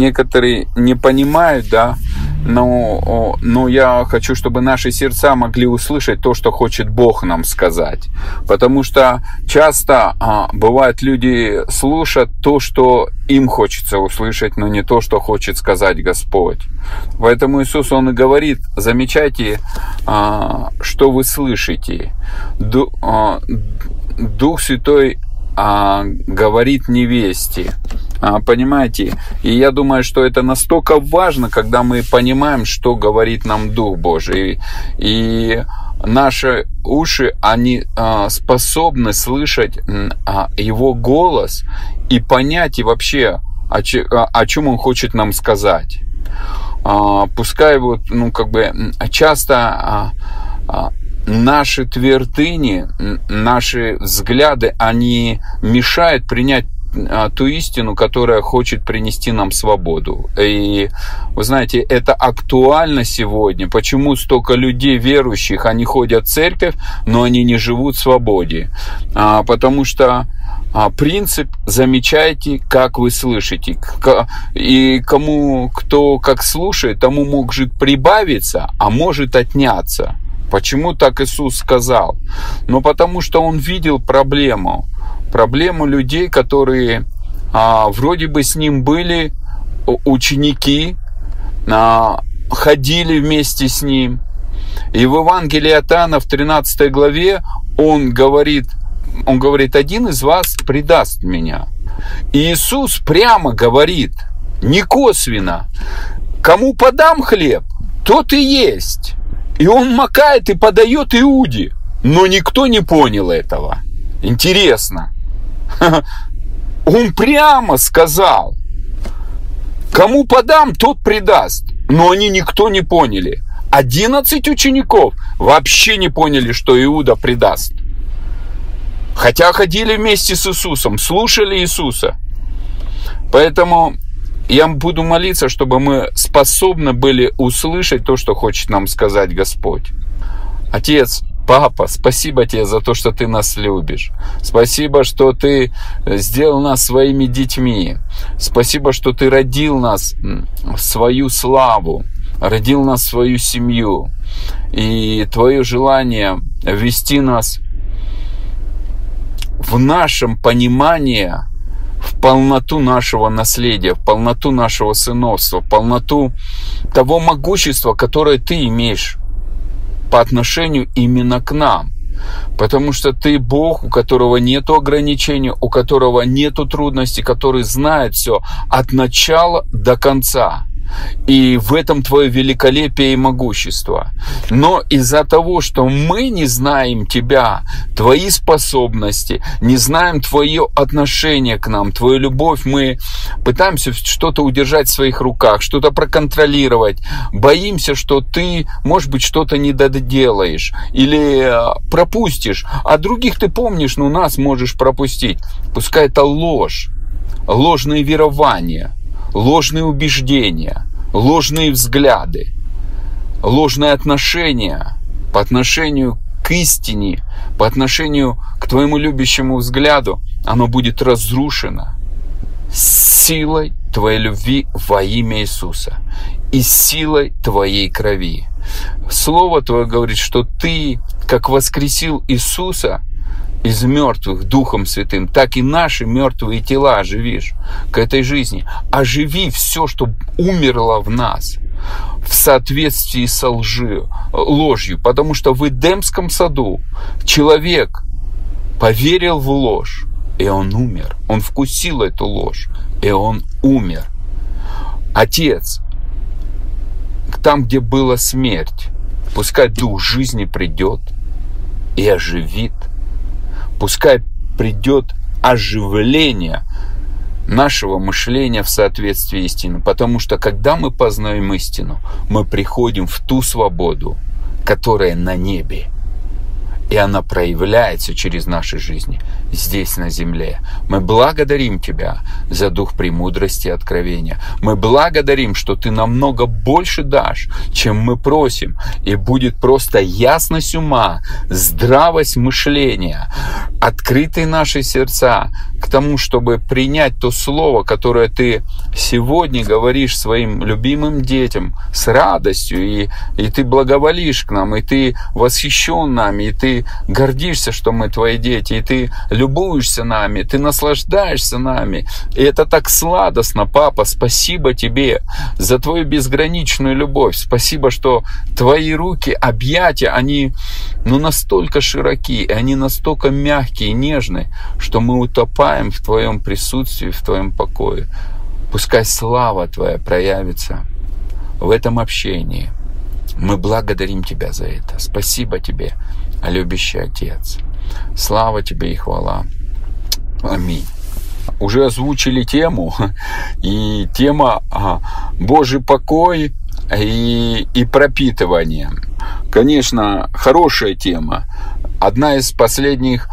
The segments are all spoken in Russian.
некоторые не понимают, да, но я хочу, чтобы наши сердца могли услышать то, что хочет Бог нам сказать. Потому что часто бывает, люди слушают то, что им хочется услышать, но не то, что хочет сказать Господь. Поэтому Иисус, Он и говорит: замечайте, что вы слышите. Дух Святой говорит невесте. Понимаете? И я думаю, что это настолько важно, когда мы понимаем, что говорит нам Дух Божий. И наши уши, они способны слышать Его голос и понять и вообще, о чем Он хочет нам сказать. Пускай вот, часто наши твердыни, наши взгляды, они мешают принять ту истину, которая хочет принести нам свободу. И вы знаете, это актуально сегодня. Почему столько людей верующих, они ходят в церковь, но они не живут в свободе? Потому что принцип: замечайте, как вы слышите. И кто как слушает, тому может прибавиться, а может отняться. Почему так Иисус сказал? Потому что Он видел проблему людей, которые вроде бы с Ним были ученики, ходили вместе с Ним. И в Евангелии от Иоанна в 13 главе Он говорит: один из вас предаст меня. И Иисус прямо говорит, не косвенно: кому подам хлеб, тот и есть. И Он макает и подает Иуде. Но никто не понял этого. Интересно. Он прямо сказал: кому подам, тот предаст. Но они никто не поняли. 11 учеников вообще не поняли, что Иуда предаст. Хотя ходили вместе с Иисусом, слушали Иисуса. Поэтому я буду молиться, чтобы мы способны были услышать то, что хочет нам сказать Господь. Отец, Папа, спасибо Тебе за то, что Ты нас любишь. Спасибо, что Ты сделал нас своими детьми. Спасибо, что Ты родил нас в свою славу, родил нас в свою семью. И Твое желание ввести нас в нашем понимании в полноту нашего наследия, в полноту нашего сыновства, в полноту того могущества, которое Ты имеешь по отношению именно к нам. Потому что Ты Бог, у которого нет ограничений, у которого нет трудностей, который знает все от начала до конца. И в этом Твое великолепие и могущество. Но из-за того, что мы не знаем Тебя, Твои способности, не знаем Твое отношение к нам, Твою любовь, мы пытаемся что-то удержать в своих руках, что-то проконтролировать, боимся, что Ты, может быть, что-то не доделаешь или пропустишь, а других Ты помнишь, но нас можешь пропустить. Пускай это ложь, ложные верования, ложные убеждения, ложные взгляды, ложные отношения по отношению к истине, по отношению к Твоему любящему взгляду, оно будет разрушено силой Твоей любви во имя Иисуса и силой Твоей крови. Слово Твое говорит, что Ты, как воскресил Иисуса из мертвых Духом Святым, так и наши мертвые тела оживишь к этой жизни. Оживи все, что умерло в нас в соответствии со ложью. Потому что в Эдемском саду человек поверил в ложь, и он умер. Он вкусил эту ложь, и он умер. Отец, там, где была смерть, пускай Дух жизни придет и оживит. Пускай придет оживление нашего мышления в соответствии с истиной. Потому что когда мы познаем истину, мы приходим в ту свободу, которая на небе. И она проявляется через наши жизни здесь на земле. Мы благодарим Тебя за дух премудрости и откровения. Мы благодарим, что Ты намного больше дашь, чем мы просим. И будет просто ясность ума, здравость мышления, открытые наши сердца к тому, чтобы принять то слово, которое Ты сегодня говоришь своим любимым детям с радостью. И Ты благоволишь к нам, и Ты восхищен нами, и Ты гордишься, что мы Твои дети, и Ты любуешься нами, Ты наслаждаешься нами. И это так сладостно, Папа. Спасибо Тебе за Твою безграничную любовь. Спасибо, что Твои руки, объятия, они настолько широки, и они настолько мягкие и нежные, что мы утопаем в Твоем присутствии, в Твоем покое. Пускай слава Твоя проявится в этом общении. Мы благодарим Тебя за это. Спасибо Тебе, любящий Отец. Слава Тебе и хвала. Аминь. Уже озвучили тему, и тема Божий покой и пропитывание. Конечно, хорошая тема. Одна из последних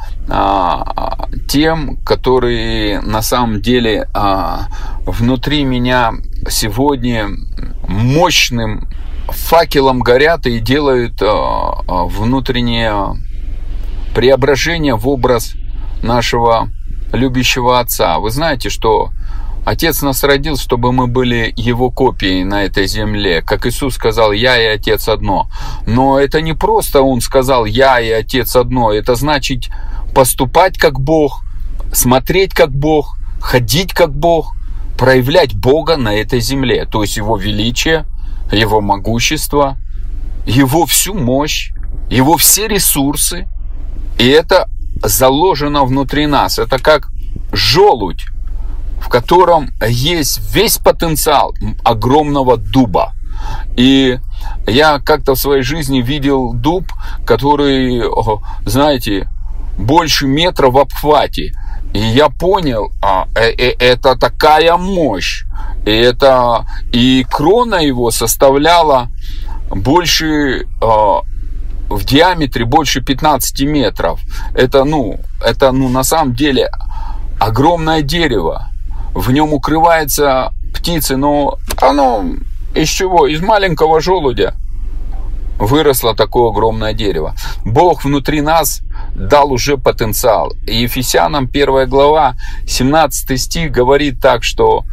тем, которые на самом деле внутри меня сегодня мощным факелом горят и делают внутреннее преображение в образ нашего любящего Отца. Вы знаете, что Отец нас родил, чтобы мы были Его копией на этой земле. Как Иисус сказал: «Я и Отец одно». Но это не просто Он сказал «Я и Отец одно». Это значит поступать как Бог, смотреть как Бог, ходить как Бог, проявлять Бога на этой земле. То есть Его величие, Его могущество, Его всю мощь, Его все ресурсы. И это заложено внутри нас. Это как желудь, в котором есть весь потенциал огромного дуба. И я как-то в своей жизни видел дуб, который, знаете, больше метра в обхвате. И я понял, это такая мощь. И крона его составляла больше, в диаметре больше 15 метров. Это на самом деле огромное дерево. В нем укрываются птицы, но оно из чего? Из маленького желудя выросло такое огромное дерево. Бог внутри нас дал уже потенциал. И Ефесянам 1 глава, 17 стих говорит так, что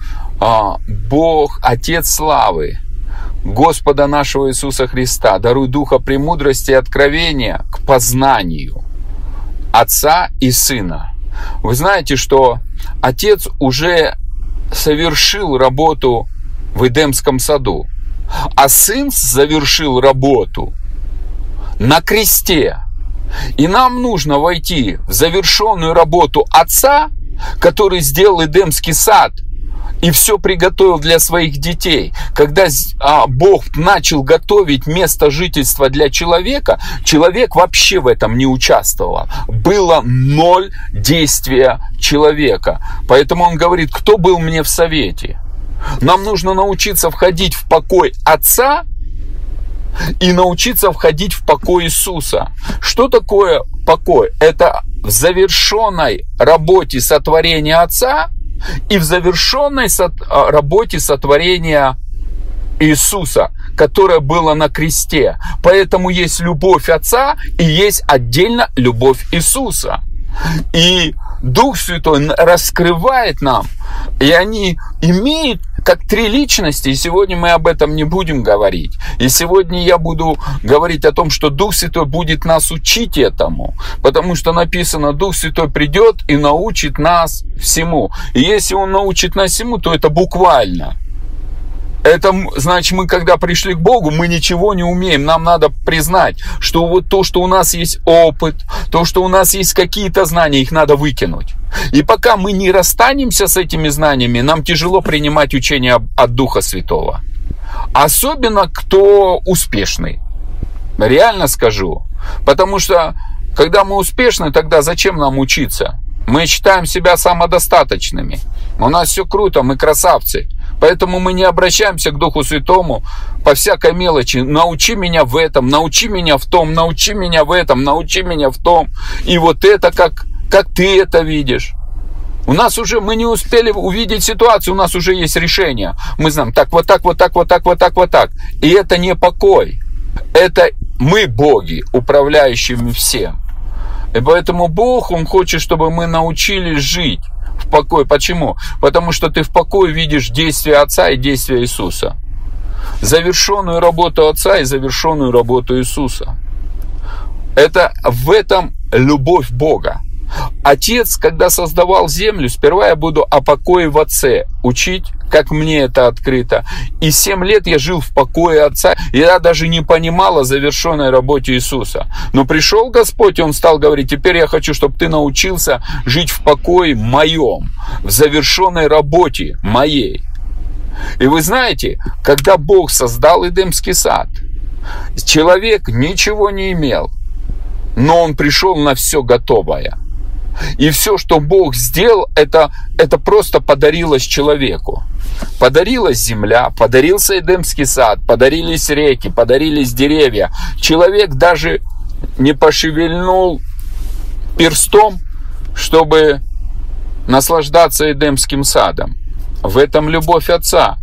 Бог, Отец славы, Господа нашего Иисуса Христа, даруй духа премудрости и откровения к познанию Отца и Сына. Вы знаете, что Отец уже совершил работу в Эдемском саду, а Сын завершил работу на кресте. И нам нужно войти в завершенную работу Отца, который сделал Эдемский сад и все приготовил для своих детей. Когда Бог начал готовить место жительства для человека, человек вообще в этом не участвовал. Было 0 действия человека. Поэтому он говорит: кто был мне в совете? Нам нужно научиться входить в покой Отца и научиться входить в покой Иисуса. Что такое покой? Это в завершенной работе сотворения Отца и в завершенной работе сотворения Иисуса, которое было на кресте. Поэтому есть любовь Отца и есть отдельно любовь Иисуса. И Дух Святой раскрывает нам, и они имеют как 3 личности, и сегодня мы об этом не будем говорить. И сегодня я буду говорить о том, что Дух Святой будет нас учить этому, потому что написано: Дух Святой придет и научит нас всему. И если Он научит нас всему, то это буквально. Это значит, мы когда пришли к Богу, мы ничего не умеем. Нам надо признать, что вот то, что у нас есть опыт, то, что у нас есть какие-то знания, их надо выкинуть. И пока мы не расстанемся с этими знаниями, нам тяжело принимать учение от Духа Святого. Особенно, кто успешный. Реально скажу. Потому что, когда мы успешны, тогда зачем нам учиться? Мы считаем себя самодостаточными. У нас все круто, мы красавцы. Поэтому мы не обращаемся к Духу Святому по всякой мелочи. Научи меня в этом, научи меня в том, научи меня в этом, научи меня в том. И вот это как как ты это видишь. У нас уже, мы не успели увидеть ситуацию, у нас уже есть решение. Мы знаем, так, вот так, вот так, вот так, вот так, вот так. И это не покой. Это мы боги, управляющими всем. И поэтому Бог, Он хочет, чтобы мы научились жить в покое. Почему? Потому что ты в покое видишь действия Отца и действия Иисуса. Завершенную работу Отца и завершенную работу Иисуса. Это в этом любовь Бога. Отец, когда создавал землю, сперва я буду о покое в Отце учить, как мне это открыто. И 7 лет я жил в покое Отца, и я даже не понимал о завершенной работе Иисуса. Но пришел Господь, и Он стал говорить, теперь я хочу, чтобы ты научился жить в покое моем, в завершенной работе моей. И вы знаете, когда Бог создал Эдемский сад, человек ничего не имел, но он пришел на все готовое. И все, что Бог сделал, это просто подарилось человеку. Подарилась земля, подарился Эдемский сад, подарились реки, подарились деревья. Человек даже не пошевельнул перстом, чтобы наслаждаться Эдемским садом. В этом любовь Отца.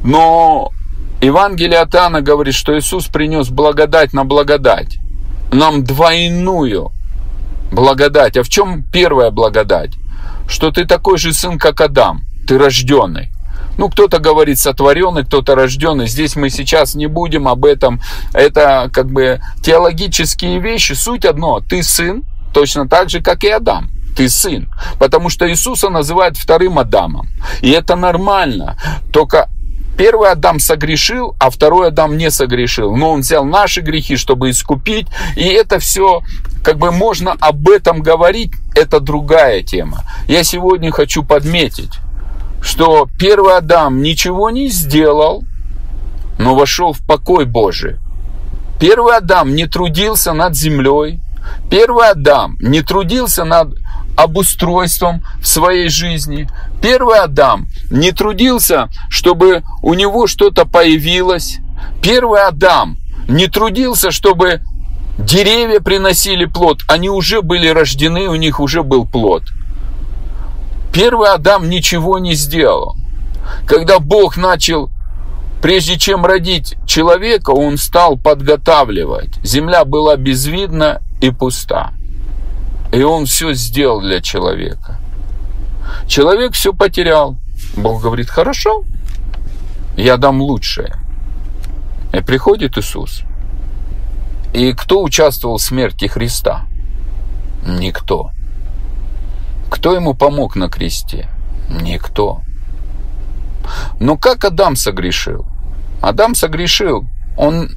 Но Евангелие от Иоанна говорит, что Иисус принес благодать на благодать. Нам двойную благодать. А в чем первая благодать? Что ты такой же сын, как Адам. Ты рожденный. Ну, кто-то говорит сотворенный, кто-то рожденный. Здесь мы сейчас не будем об этом. Это как бы теологические вещи. Суть одно. Ты сын, точно так же, как и Адам. Ты сын. Потому что Иисуса называют вторым Адамом. И это нормально. Только первый Адам согрешил, а второй Адам не согрешил. Но он взял наши грехи, чтобы искупить. И это все, как бы можно об этом говорить, это другая тема. Я сегодня хочу подметить, что первый Адам ничего не сделал, но вошел в покой Божий. Первый Адам не трудился над землей. Первый Адам не трудился над обустройством в своей жизни. Первый Адам не трудился, чтобы у него что-то появилось. Первый Адам не трудился, чтобы деревья приносили плод. Они уже были рождены, у них уже был плод. Первый Адам ничего не сделал. Когда Бог начал, прежде чем родить человека, Он стал подготавливать. Земля была безвидна и пуста. И Он все сделал для человека. Человек все потерял. Бог говорит, хорошо, я дам лучшее. И приходит Иисус. И кто участвовал в смерти Христа? Никто. Кто ему помог на кресте? Никто. Но как Адам согрешил? Адам согрешил. Он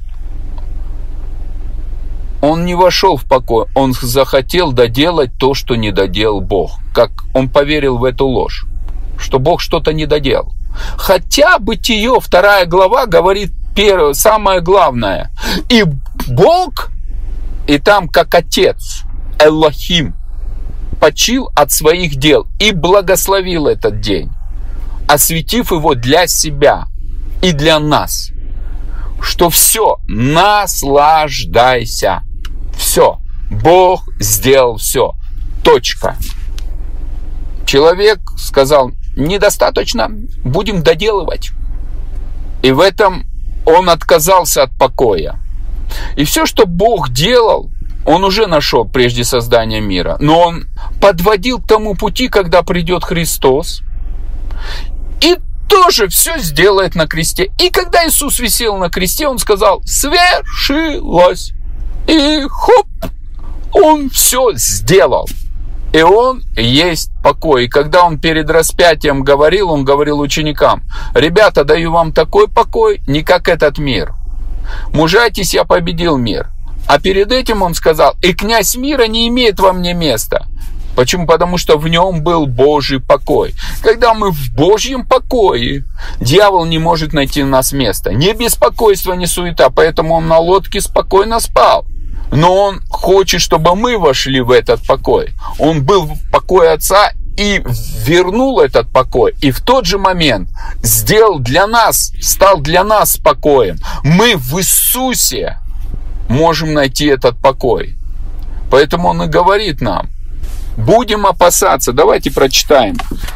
не вошел в покой. Он захотел доделать то, что не доделал Бог. Как он поверил в эту ложь, что Бог что-то не доделал. Хотя Бытие, 2 глава, говорит самое главное. И Бог, и там как Отец, Элохим, почил от своих дел и благословил этот день, осветив его для себя и для нас. Что все, наслаждайся. Все. Бог сделал все. Точка. Человек сказал, недостаточно, будем доделывать. И в этом он отказался от покоя. И все, что Бог делал, Он уже нашел прежде создания мира. Но Он подводил к тому пути, когда придет Христос. И тоже все сделает на кресте. И когда Иисус висел на кресте, Он сказал, свершилось. И хоп, Он все сделал. И Он есть покой. И когда Он перед распятием говорил, Он говорил ученикам, ребята, даю вам такой покой, не как этот мир. Мужайтесь, я победил мир. А перед этим Он сказал, и князь мира не имеет во мне места. Почему? Потому что в нем был Божий покой. Когда мы в Божьем покое, дьявол не может найти у нас места. Ни беспокойство, ни суета. Поэтому он на лодке спокойно спал. Но он хочет, чтобы мы вошли в этот покой. Он был в покое Отца и вернул этот покой. И в тот же момент сделал для нас, стал для нас покоем. Мы в Иисусе можем найти этот покой. Поэтому Он и говорит нам, Будем опасаться. Давайте прочитаем.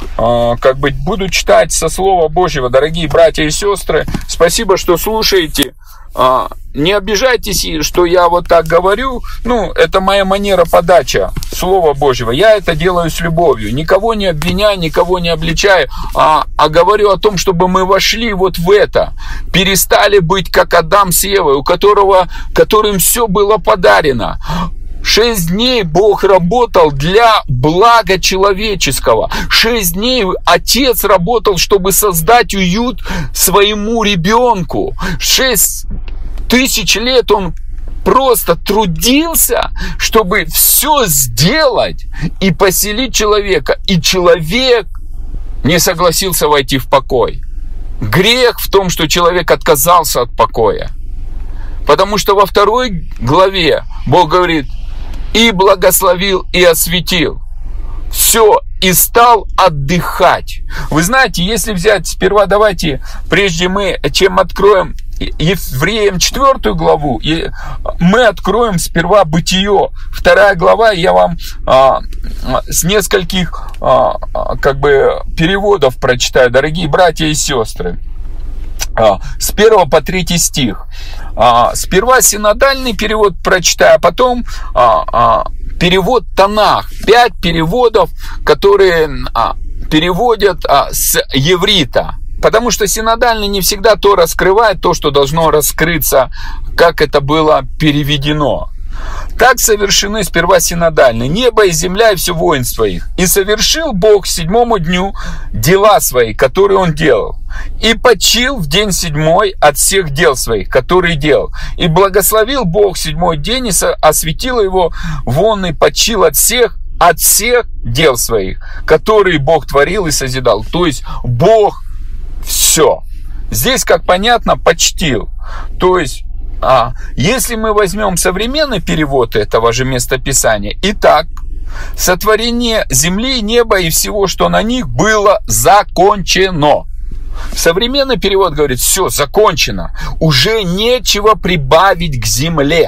Буду читать со Слова Божьего, дорогие братья и сестры. Спасибо, что слушаете. Не обижайтесь, что я вот так говорю. Это моя манера подачи Слова Божьего. Я это делаю с любовью. Никого не обвиняю, никого не обличаю, а говорю о том, чтобы мы вошли вот в это. Перестали быть как Адам с Евой, которым все было подарено. 6 дней Бог работал для блага человеческого. 6 дней Отец работал, чтобы создать уют своему ребенку. 6000 лет Он просто трудился, чтобы все сделать и поселить человека. И человек не согласился войти в покой. Грех в том, что человек отказался от покоя. Потому что во 2 главе Бог говорит: и благословил, и осветил. Все, и стал отдыхать. Вы знаете, если взять сперва, давайте, прежде чем откроем Евреям 4 главу, мы откроем сперва Бытие, 2 глава, я вам с нескольких переводов прочитаю, дорогие братья и сестры. С 1 по 3 стих. Сперва синодальный перевод прочитаю, а потом перевод Танах. 5 переводов, которые переводят с еврита. Потому что синодальный не всегда то раскрывает, то, что должно раскрыться, как это было переведено. Так совершены сперва синодальные небо и земля и все воинство их. И совершил Бог 7-му дню дела свои, которые Он делал. И почил в день 7-й от всех дел своих, которые делал. И благословил Бог 7-й день и осветил его вон и почил от всех дел своих, которые Бог творил и созидал. То есть Бог все. Здесь, как понятно, почтил. То есть если мы возьмем современный перевод этого же местописания, итак, сотворение земли, неба и всего, что на них, было закончено. Современный перевод говорит: все, закончено. Уже нечего прибавить к земле.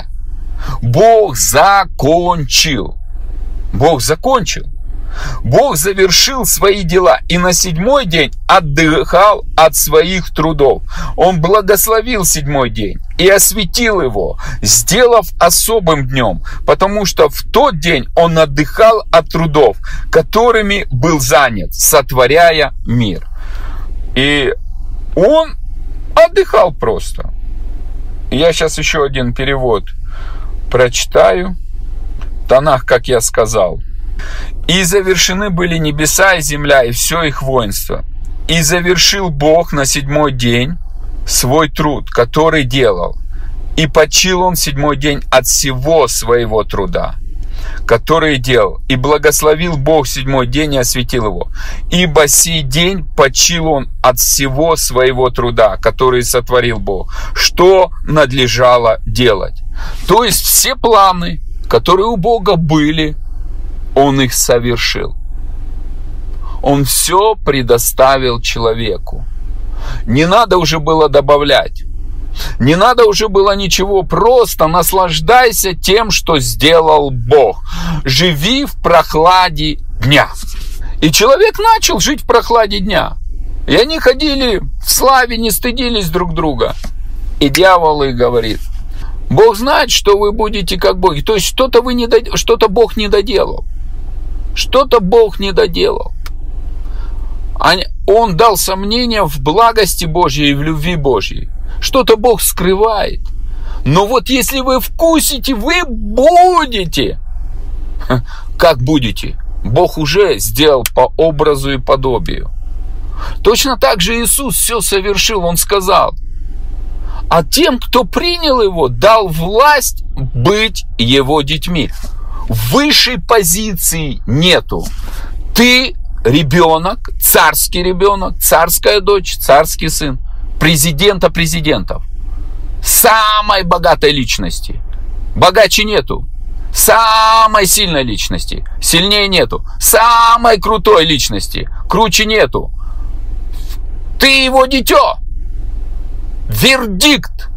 Бог закончил. Бог закончил. Бог завершил свои дела и на 7-й день отдыхал от своих трудов. Он благословил 7-й день и осветил его, сделав особым днем, потому что в тот день Он отдыхал от трудов, которыми был занят, сотворяя мир. И Он отдыхал просто. Я сейчас еще один перевод прочитаю. Танах, как я сказал. И завершены были небеса и земля, и все их воинство. И завершил Бог на 7-й день свой труд, который делал. И почил Он 7-й день от всего своего труда, который делал. И благословил Бог 7-й день и осветил его. Ибо сей день почил Он от всего своего труда, который сотворил Бог, что надлежало делать. То есть все планы, которые у Бога были, Он их совершил. Он все предоставил человеку. Не надо уже было добавлять. Не надо уже было ничего. Просто наслаждайся тем, что сделал Бог. Живи в прохладе дня. И человек начал жить в прохладе дня. И они ходили в славе, не стыдились друг друга. И дьявол их говорит: Бог знает, что вы будете как боги. То есть что-то Бог не доделал. Что-то Бог не доделал. Он дал сомнения в благости Божьей и в любви Божьей. Что-то Бог скрывает. Но вот если вы вкусите, вы будете. Как будете? Бог уже сделал по образу и подобию. Точно так же Иисус все совершил. Он сказал: а тем, кто принял Его, дал власть быть Его детьми. Высшей позиции нету. Ты ребенок, царская дочь, царский сын, президента президентов, самой богатой личности. Богаче нету. Самой сильной личности. Сильнее нету. Самой крутой личности. Круче нету. Ты Его дитё. Вердикт.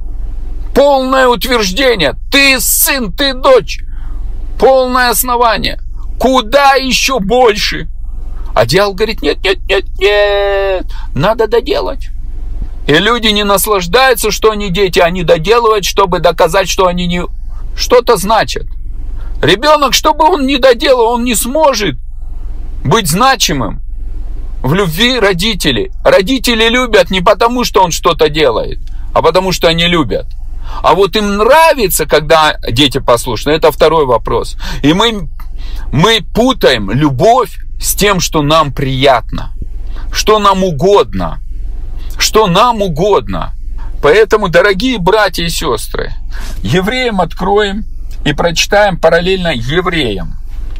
Полное утверждение. Ты сын, ты дочь. Полное основание. Куда еще больше? А дьявол говорит, нет, надо доделать. И люди не наслаждаются, что они дети, они доделывают, чтобы доказать, что они не что-то значат. Ребенок, чтобы он не доделал, он не сможет быть значимым в любви родителей. Родители любят не потому, что он что-то делает, а потому, что они любят. А вот им нравится, когда дети послушны, это второй вопрос. И мы путаем любовь с тем, что нам приятно, что нам угодно. Что нам угодно. Поэтому, дорогие братья и сестры, Евреям откроем и прочитаем параллельно Евреям.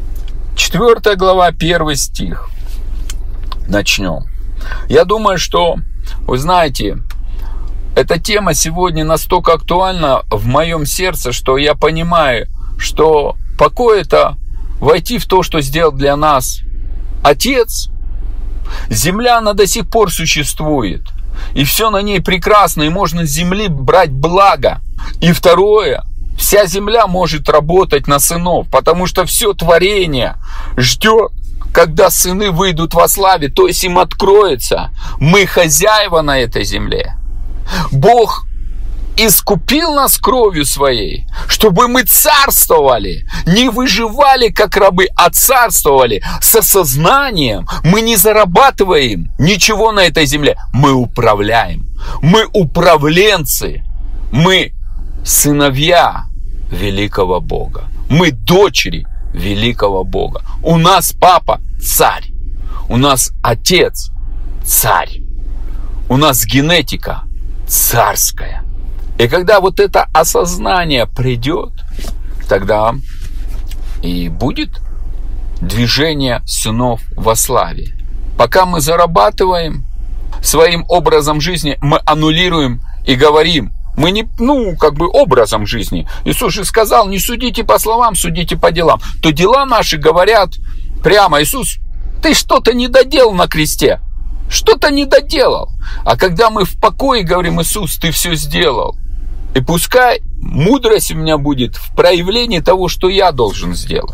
4 глава, 1 стих. Начнем. Я думаю, что, вы знаете, эта тема сегодня настолько актуальна в моем сердце, что я понимаю, что покой — это войти в то, что сделал для нас Отец. Земля, она до сих пор существует. И все на ней прекрасно, и можно с земли брать благо. И второе, вся земля может работать на сынов, потому что все творение ждет, когда сыны выйдут во славе, то есть им откроется. Мы хозяева на этой земле. Бог искупил нас кровью своей, чтобы мы царствовали, не выживали как рабы, а царствовали с осознанием. Мы не зарабатываем ничего на этой земле, мы управляем, мы управленцы, мы сыновья великого Бога, мы дочери великого Бога. У нас папа царь, у нас отец царь, у нас генетика царская. И когда вот это осознание придет, тогда и будет движение сынов во славе. Пока мы зарабатываем своим образом жизни, мы аннулируем и говорим, мы не, образом жизни. Иисус же сказал, не судите по словам, судите по делам. То дела наши говорят прямо, Иисус, ты что-то не доделал на кресте, что-то не доделал. А когда мы в покое говорим, Иисус, ты все сделал. И пускай мудрость у меня будет в проявлении того, что я должен сделать.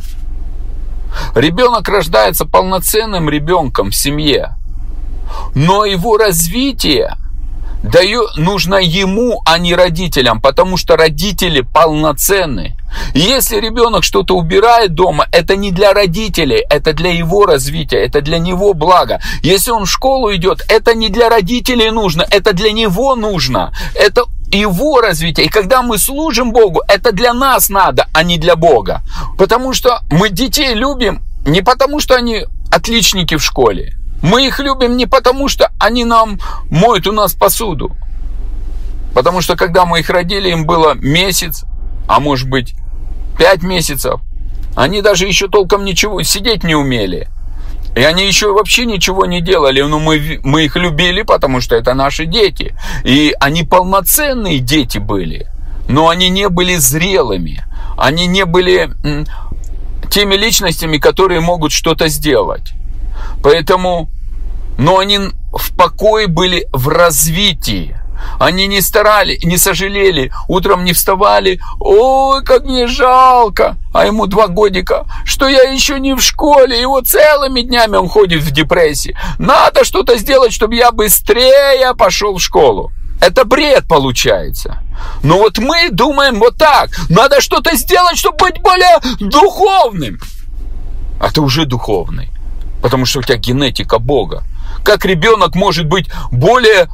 Ребенок рождается полноценным ребенком в семье, но его развитие нужно ему, а не родителям, потому что родители полноценны. И если ребенок что-то убирает дома, это не для родителей, это для его развития, это для него благо. Если он в школу идет, это не для родителей нужно, это для него нужно. Это его развитие. И когда мы служим Богу, это для нас надо, а не для Бога. Потому что мы детей любим не потому, что они отличники в школе. Мы их любим не потому, что они нам моют у нас посуду. Потому что когда мы их родили, им было месяц, а может быть 5 месяцев. Они даже еще толком ничего, сидеть не умели. И они еще вообще ничего не делали, но мы их любили, потому что это наши дети. И они полноценные дети были, но они не были зрелыми. Они не были теми личностями, которые могут что-то сделать. Поэтому, но они в покое были в развитии. Они не сожалели, утром не вставали, ой, как мне жалко, а ему 2 годика, что я еще не в школе, его целыми днями он ходит в депрессии. Надо что-то сделать, чтобы я быстрее пошел в школу. Это бред получается. Но вот мы думаем вот так, надо что-то сделать, чтобы быть более духовным. А ты уже духовный, потому что у тебя генетика Бога. Как ребенок может быть более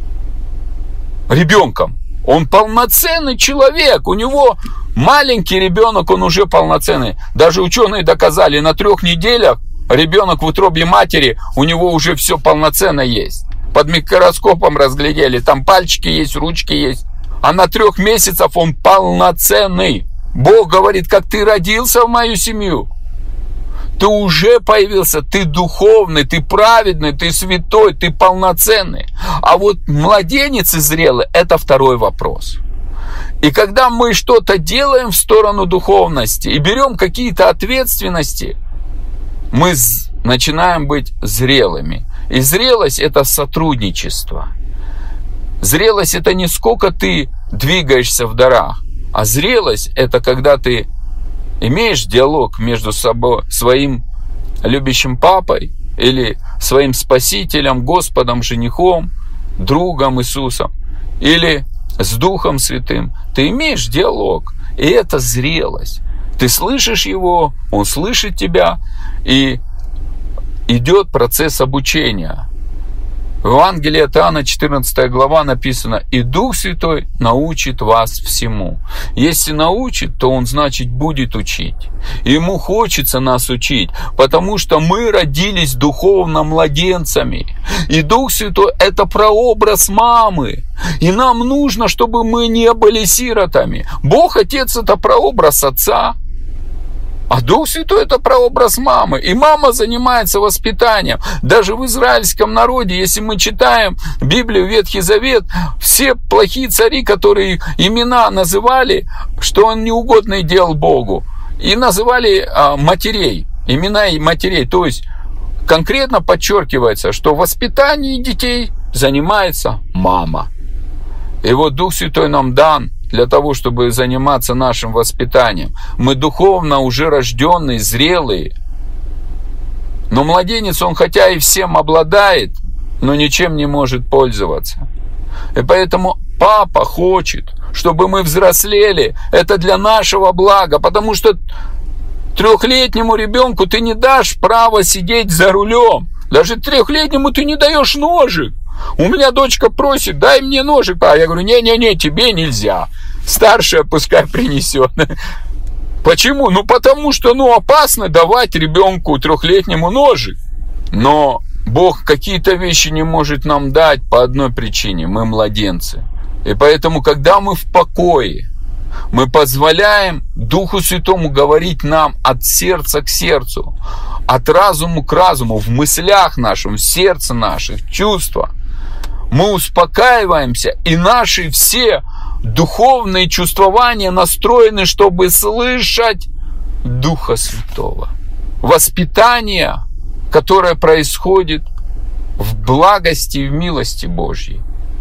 ребенком? Он полноценный человек, у него маленький ребенок, он уже полноценный. Даже ученые доказали, на 3 неделях ребенок в утробе матери, у него уже все полноценно есть. Под микроскопом разглядели, там пальчики есть, ручки есть. А на 3 месяцев он полноценный. Бог говорит, как ты родился в мою семью, ты уже появился, ты духовный, ты праведный, ты святой, ты полноценный. А вот младенец и зрелый – это второй вопрос. И когда мы что-то делаем в сторону духовности и берем какие-то ответственности, мы начинаем быть зрелыми. И зрелость – это сотрудничество. Зрелость – это не сколько ты двигаешься в дарах, а зрелость – это когда ты Имеешь диалог между собой, своим любящим папой или своим спасителем, Господом, женихом, другом Иисусом или с Духом Святым? Ты имеешь диалог, и это зрелость. Ты слышишь его, он слышит тебя, и идет процесс обучения. В Евангелии от Иоанна, 14 глава, написано: «И Дух Святой научит вас всему». Если научит, то Он, значит, будет учить. И Ему хочется нас учить, потому что мы родились духовно младенцами. И Дух Святой – это прообраз мамы. И нам нужно, чтобы мы не были сиротами. Бог Отец – это прообраз Отца. А Дух Святой – это прообраз мамы. И мама занимается воспитанием. Даже в израильском народе, если мы читаем Библию, Ветхий Завет, все плохие цари, которые имена называли, что он неугодный делал Богу, и называли матерей, имена матерей. То есть конкретно подчеркивается, что в воспитании детей занимается мама. И вот Дух Святой нам дан для того, чтобы заниматься нашим воспитанием. Мы духовно уже рожденные, зрелые. Но младенец, он хотя и всем обладает, но ничем не может пользоваться. И поэтому папа хочет, чтобы мы взрослели. Это для нашего блага, потому что 3-летнему ребенку ты не дашь права сидеть за рулем. Даже 3-летнему ты не даешь ножик. У меня дочка просит: дай мне ножик. А я говорю: не-не-не, тебе нельзя. Старшая пускай принесет. Почему? Потому что опасно давать ребенку 3-летнему ножик. Но Бог какие-то вещи не может нам дать по одной причине: мы младенцы. И поэтому, когда мы в покое, мы позволяем Духу Святому говорить нам от сердца к сердцу, от разума к разуму, в мыслях наших, в сердце наших, в чувствах. Мы успокаиваемся, и наши все духовные чувствования настроены, чтобы слышать Духа Святого. Воспитание, которое происходит в благости и в милости Божьей,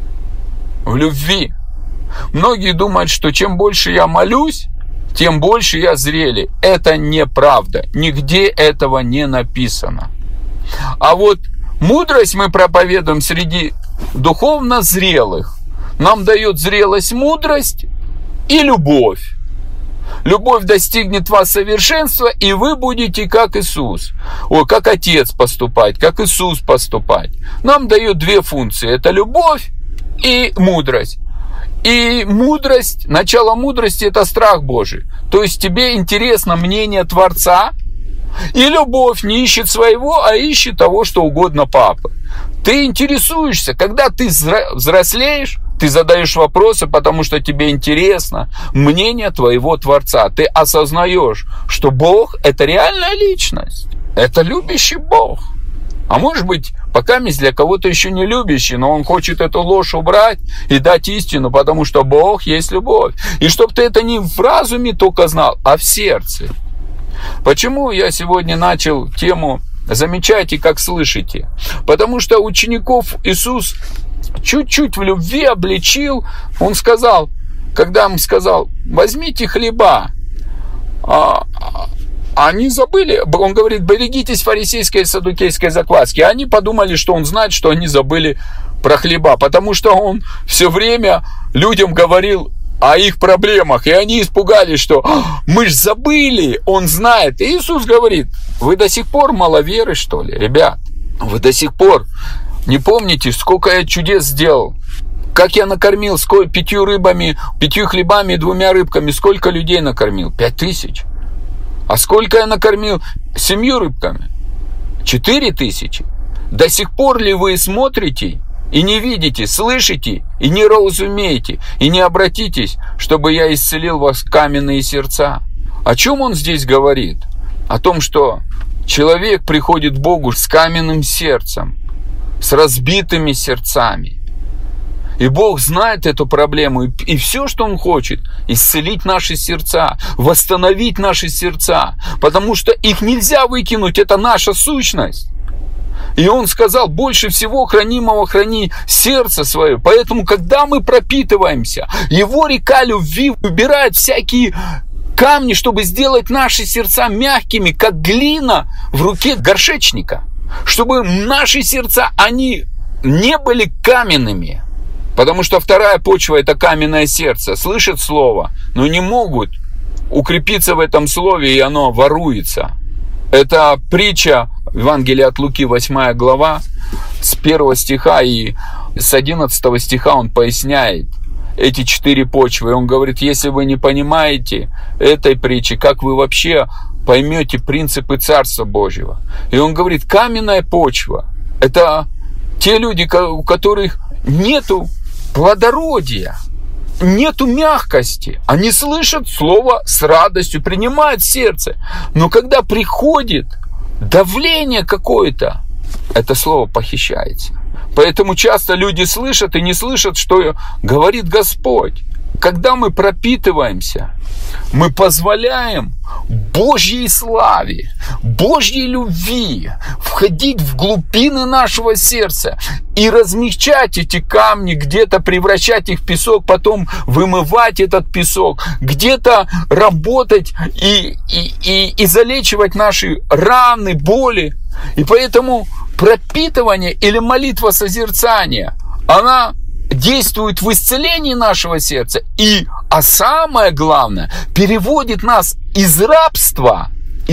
в любви. Многие думают, что чем больше я молюсь, тем больше я зрелый. Это неправда. Нигде этого не написано. А вот мудрость мы проповедуем среди духовно зрелых. Нам дает зрелость мудрость и любовь. Любовь достигнет вас совершенства, и вы будете как Иисус. Как Отец поступать, как Иисус поступать. Нам дает 2 функции. Это любовь и мудрость. И мудрость, начало мудрости – это страх Божий. То есть тебе интересно мнение Творца, и любовь не ищет своего, а ищет того, что угодно папы. Ты интересуешься, когда ты взрослеешь, ты задаешь вопросы, потому что тебе интересно мнение твоего Творца. Ты осознаешь, что Бог – это реальная личность, это любящий Бог. А может быть, пока для кого-то еще не любящий, но он хочет эту ложь убрать и дать истину, потому что Бог есть любовь. И чтобы ты это не в разуме только знал, а в сердце. Почему я сегодня начал тему «Замечайте, как слышите»? Потому что учеников Иисус чуть-чуть в любви обличил. Он сказал, когда им сказал: возьмите хлеба, они забыли, он говорит: берегитесь фарисейской и саддукейской закваски. Они подумали, что он знает, что они забыли про хлеба, потому что он все время людям говорил о их проблемах, и они испугались, что мы ж забыли, он знает. И Иисус говорит: вы до сих пор маловеры, что ли, ребят? Вы до сих пор не помните, сколько я чудес сделал? Как я накормил 5 рыбами, 5 хлебами и 2 рыбками, сколько людей накормил? 5000. А сколько я накормил 7 рыбками? 4000. До сих пор ли вы смотрите и не видите, слышите и не разумеете, и не обратитесь, чтобы я исцелил вас каменные сердца? О чем он здесь говорит? О том, что человек приходит к Богу с каменным сердцем, с разбитыми сердцами. И Бог знает эту проблему, и все, что Он хочет, исцелить наши сердца, восстановить наши сердца, потому что их нельзя выкинуть, это наша сущность. И Он сказал: больше всего хранимого храни сердце свое. Поэтому, когда мы пропитываемся, Его река любви убирает всякие камни, чтобы сделать наши сердца мягкими, как глина в руке горшечника. Чтобы наши сердца, они не были каменными. Потому что вторая почва – это каменное сердце. Слышат слово, но не могут укрепиться в этом слове, и оно воруется. Это притча Евангелия от Луки, 8 глава, с 1 стиха и с 11 стиха он поясняет эти 4 почвы. И он говорит, если вы не понимаете этой притчи, как вы вообще поймете принципы Царства Божьего? И он говорит, каменная почва – это те люди, у которых нету плодородия, нету мягкости. Они слышат слово с радостью, принимают в сердце. Но когда приходит давление какое-то, это слово похищается. Поэтому часто люди слышат и не слышат, что говорит Господь. Когда мы пропитываемся, мы позволяем Божьей славе, Божьей любви входить в глубины нашего сердца и размягчать эти камни, где-то превращать их в песок, потом вымывать этот песок, где-то работать и залечивать наши раны, боли. И поэтому пропитывание или молитва созерцания, она действует в исцелении нашего сердца а самое главное, переводит нас из рабства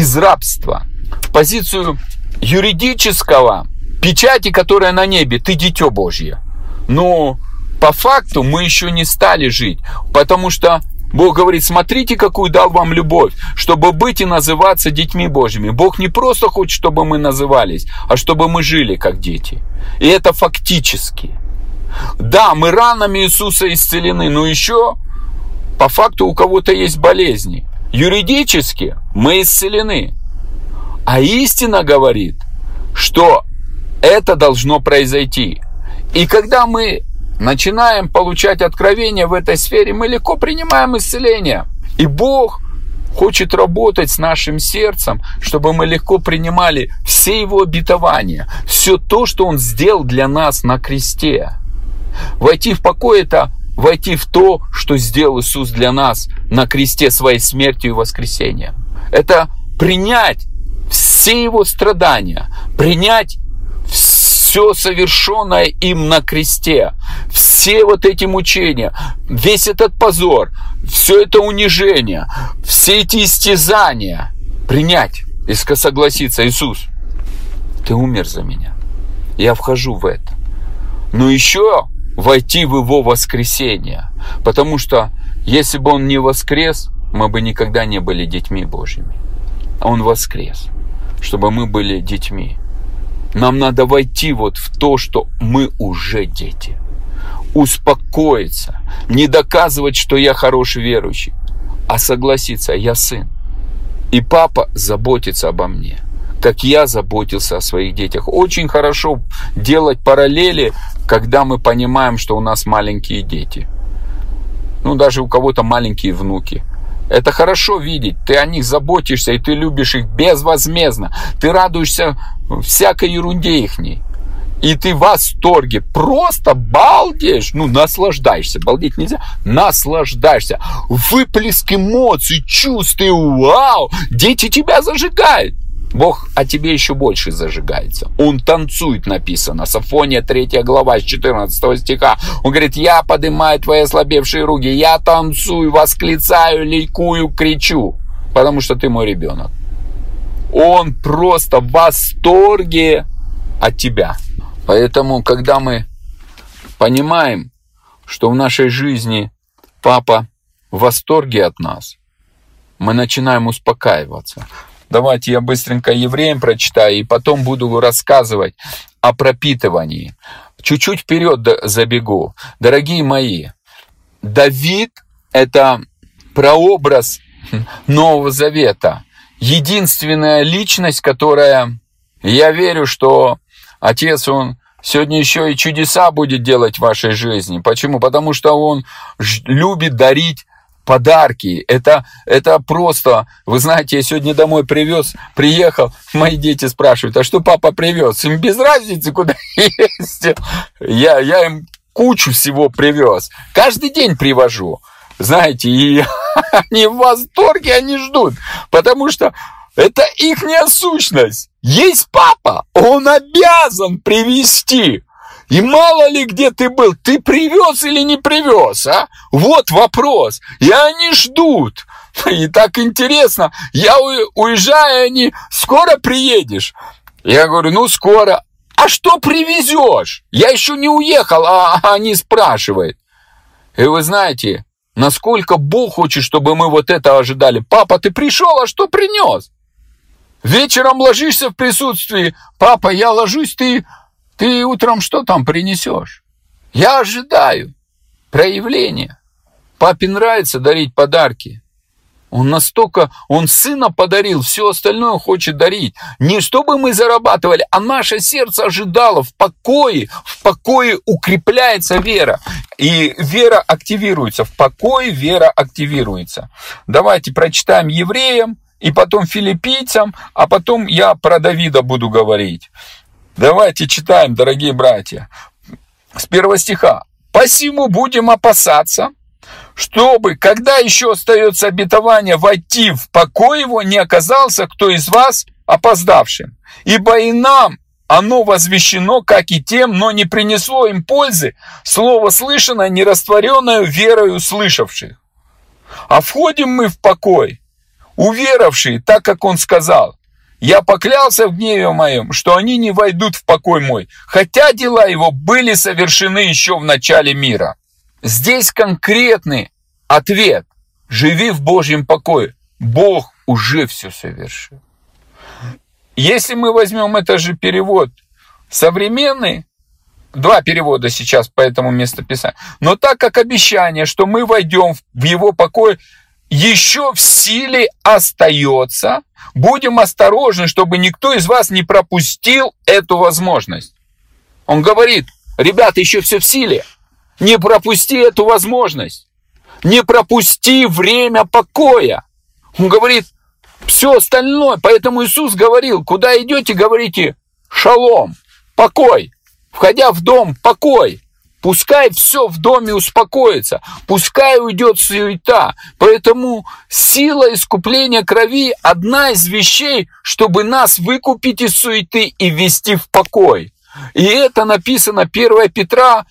в позицию юридического печати, которая на небе, ты дитё Божье. Но по факту мы еще не стали жить, потому что Бог говорит, смотрите, какую дал вам любовь, чтобы быть и называться детьми Божьими. Бог не просто хочет, чтобы мы назывались, а чтобы мы жили как дети. И это фактически. Да, мы ранами Иисуса исцелены, но еще по факту у кого-то есть болезни. Юридически мы исцелены. А истина говорит, что это должно произойти. И когда мы начинаем получать откровения в этой сфере, мы легко принимаем исцеление. И Бог хочет работать с нашим сердцем, чтобы мы легко принимали все Его обетования, все то, что Он сделал для нас на кресте. Войти в покой – это войти в то, что сделал Иисус для нас на кресте своей смертью и воскресением. Это принять все Его страдания, принять все совершенное им на кресте, все вот эти мучения, весь этот позор, все это унижение, все эти истязания принять и согласиться. Иисус, ты умер за меня, я вхожу в это. Но еще войти в Его воскресение, потому что если бы Он не воскрес, мы бы никогда не были детьми Божьими. Он воскрес, чтобы мы были детьми. Нам надо войти вот в то, что мы уже дети. Успокоиться, не доказывать, что я хороший верующий, а согласиться, я сын. И папа заботится обо мне, как я заботился о своих детях. Очень хорошо делать параллели, когда мы понимаем, что у нас маленькие дети. Ну, даже у кого-то маленькие внуки. Это хорошо видеть, ты о них заботишься, и ты любишь их безвозмездно. Ты радуешься всякой ерунде ихней. И ты в восторге, просто балдеешь, наслаждаешься, балдеть нельзя, наслаждаешься. Выплеск эмоций, чувств, и вау, дети тебя зажигают. Бог о тебе еще больше зажигается. Он танцует, написано. Софония 3 глава, с 14 стиха. Он говорит, я поднимаю твои ослабевшие руки, я танцую, восклицаю, ликую, кричу, потому что ты мой ребенок. Он просто в восторге от тебя. Поэтому, когда мы понимаем, что в нашей жизни папа в восторге от нас, мы начинаем успокаиваться. Давайте я быстренько Евреям прочитаю, и потом буду рассказывать о пропитывании. Чуть-чуть вперед забегу. Дорогие мои, Давид – это прообраз Нового Завета. Единственная личность, которая, я верю, что Отец, Он сегодня еще и чудеса будет делать в вашей жизни. Почему? Потому что Он любит дарить подарки. Это просто, вы знаете, я сегодня домой приехал, мои дети спрашивают, а что папа привез? Им без разницы, куда ездил. Я им кучу всего привез. Каждый день привожу. знаете, и они в восторге, они ждут, потому что это ихняя сущность. Есть папа, он обязан привести. И мало ли где ты был, ты привез или не привез, а? Вот вопрос. И они ждут. И так интересно. Я уезжаю, они: скоро приедешь? Я говорю: ну скоро. А что привезешь? Я еще не уехал, а они спрашивают. И вы знаете, насколько Бог хочет, чтобы мы вот это ожидали. Папа, ты пришел, а что принес? Вечером ложишься в присутствии. Папа, я ложусь, ты утром что там принесешь? Я ожидаю проявления. Папе нравится дарить подарки. Он сына подарил, все остальное хочет дарить. Не чтобы мы зарабатывали, а наше сердце ожидало в покое укрепляется вера. И вера активируется, в покое вера активируется. Давайте прочитаем Евреям, и потом Филиппийцам, а потом я про Давида буду говорить. Давайте читаем, дорогие братья, с 1 стиха. «Посему будем опасаться, чтобы, когда еще остается обетование войти в покой его, не оказался кто из вас опоздавшим. Ибо и нам оно возвещено, как и тем, но не принесло им пользы слово слышанное, не растворенное верою слышавших. А входим мы в покой, уверовавшие, так как он сказал: я поклялся в гневе моем, что они не войдут в покой мой, хотя дела его были совершены еще в начале мира». Здесь конкретный ответ. Живи в Божьем покое. Бог уже все совершил. Если мы возьмем это же перевод современный, 2 перевода сейчас по этому местописанию, но так как обещание, что мы войдем в его покой, еще в силе остается, будем осторожны, чтобы никто из вас не пропустил эту возможность. Он говорит: ребята, еще все в силе. Не пропусти эту возможность. Не пропусти время покоя. Он говорит все остальное. Поэтому Иисус говорил: куда идете, говорите шалом, покой. Входя в дом, покой. Пускай все в доме успокоится. Пускай уйдет суета. Поэтому сила искупления крови – одна из вещей, чтобы нас выкупить из суеты и ввести в покой. И это написано 1 Петра,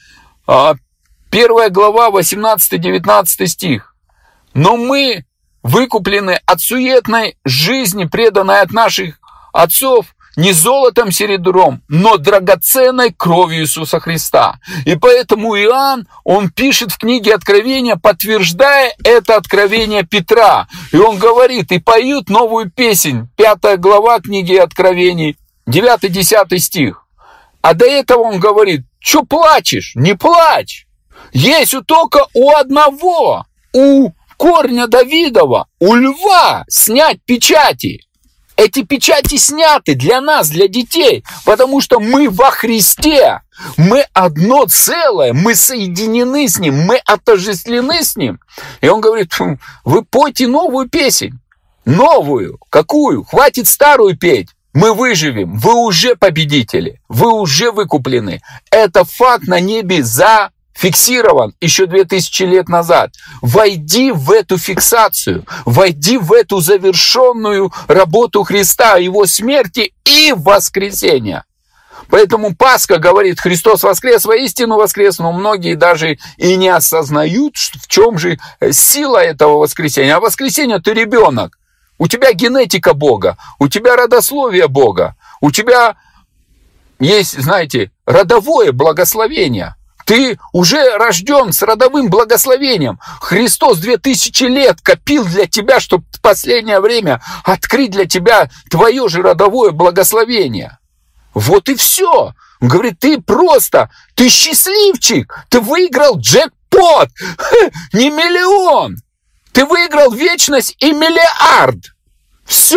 1 глава, 18-19 стих. «Но мы выкуплены от суетной жизни, преданной от наших отцов, не золотом серебром, но драгоценной кровью Иисуса Христа». И поэтому Иоанн, он пишет в книге Откровения, подтверждая это откровение Петра. И он говорит: и поют новую песнь, 5 глава книги Откровений, 9-10 стих. А до этого он говорит: что плачешь? Не плачь. Есть только у одного, у корня Давидова, у льва снять печати. Эти печати сняты для нас, для детей, потому что мы во Христе, мы одно целое, мы соединены с Ним, мы отождествлены с Ним. И он говорит: вы пойте новую песнь. Новую. Какую? Хватит старую петь. Мы выживем. Вы уже победители. Вы уже выкуплены. Это факт на небе зафиксирован еще 2000 лет назад. Войди в эту фиксацию. Войди в эту завершенную работу Христа, Его смерти и воскресения. Поэтому Пасха говорит: Христос воскрес, воистину воскрес, но многие даже и не осознают, в чем же сила этого воскресения. А воскресенье — ты ребенок. У тебя генетика Бога, у тебя родословие Бога, у тебя есть, знаете, родовое благословение. Ты уже рожден с родовым благословением. Христос 2000 лет копил для тебя, чтобы в последнее время открыть для тебя твое же родовое благословение. Вот и все. Он говорит: ты счастливчик, ты выиграл джекпот, не миллион. Ты выиграл вечность и миллиард. Все,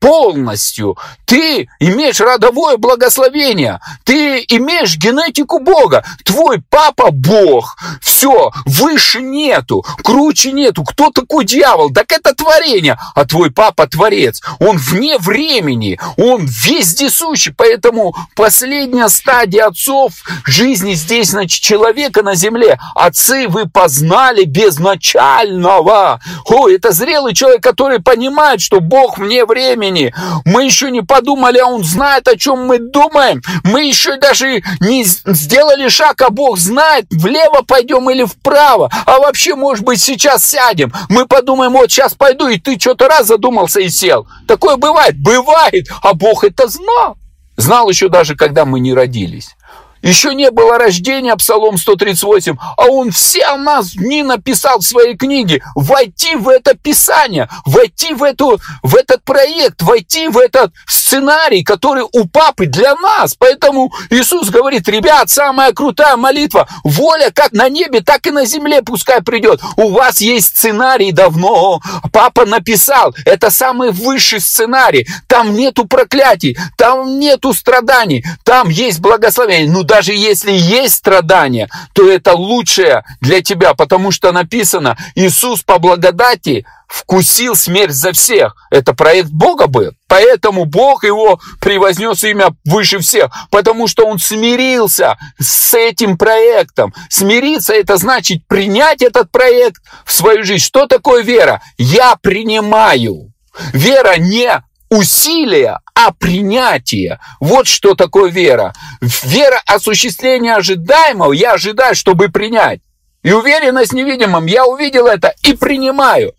полностью. Ты имеешь родовое благословение. Ты имеешь генетику Бога. Твой папа Бог. Все, выше нету, круче нету. Кто такой дьявол? Так это творение. А твой папа Творец. Он вне времени. Он вездесущий. Поэтому последняя стадия отцов жизни здесь, значит, человека на земле. Отцы, вы познали безначального. Это зрелый человек, который понимает, что Бог вне времени. Мы еще не подумали, а Он знает, о чем мы думаем. Мы еще даже не сделали шаг, а Бог знает, влево пойдем или вправо. А вообще, может быть, сейчас сядем. Мы подумаем, вот сейчас пойду, и ты что-то раз задумался и сел. Такое бывает? Бывает. А Бог это знал. Знал еще даже, когда мы не родились. Еще не было рождения, Псалом 138, а Он все нас дни написал в своей книге. Войти в это Писание, войти в этот проект, войти в этот сценарий, который у Папы для нас. Поэтому Иисус говорит: ребят, самая крутая молитва, воля как на небе, так и на земле пускай придет. У вас есть сценарий давно, Папа написал, это самый высший сценарий. Там нету проклятий, там нету страданий, там есть благословение. Даже если есть страдания, то это лучшее для тебя, потому что написано: Иисус по благодати вкусил смерть за всех. Это проект Бога был. Поэтому Бог его превознес имя выше всех, потому что он смирился с этим проектом. Смириться — это значит принять этот проект в свою жизнь. Что такое вера? Я принимаю. Вера не усилие, а принятие. Вот что такое вера. Вера — осуществление ожидаемого. Я ожидаю, чтобы принять. И уверенность в невидимом. Я увидел это и принимаю.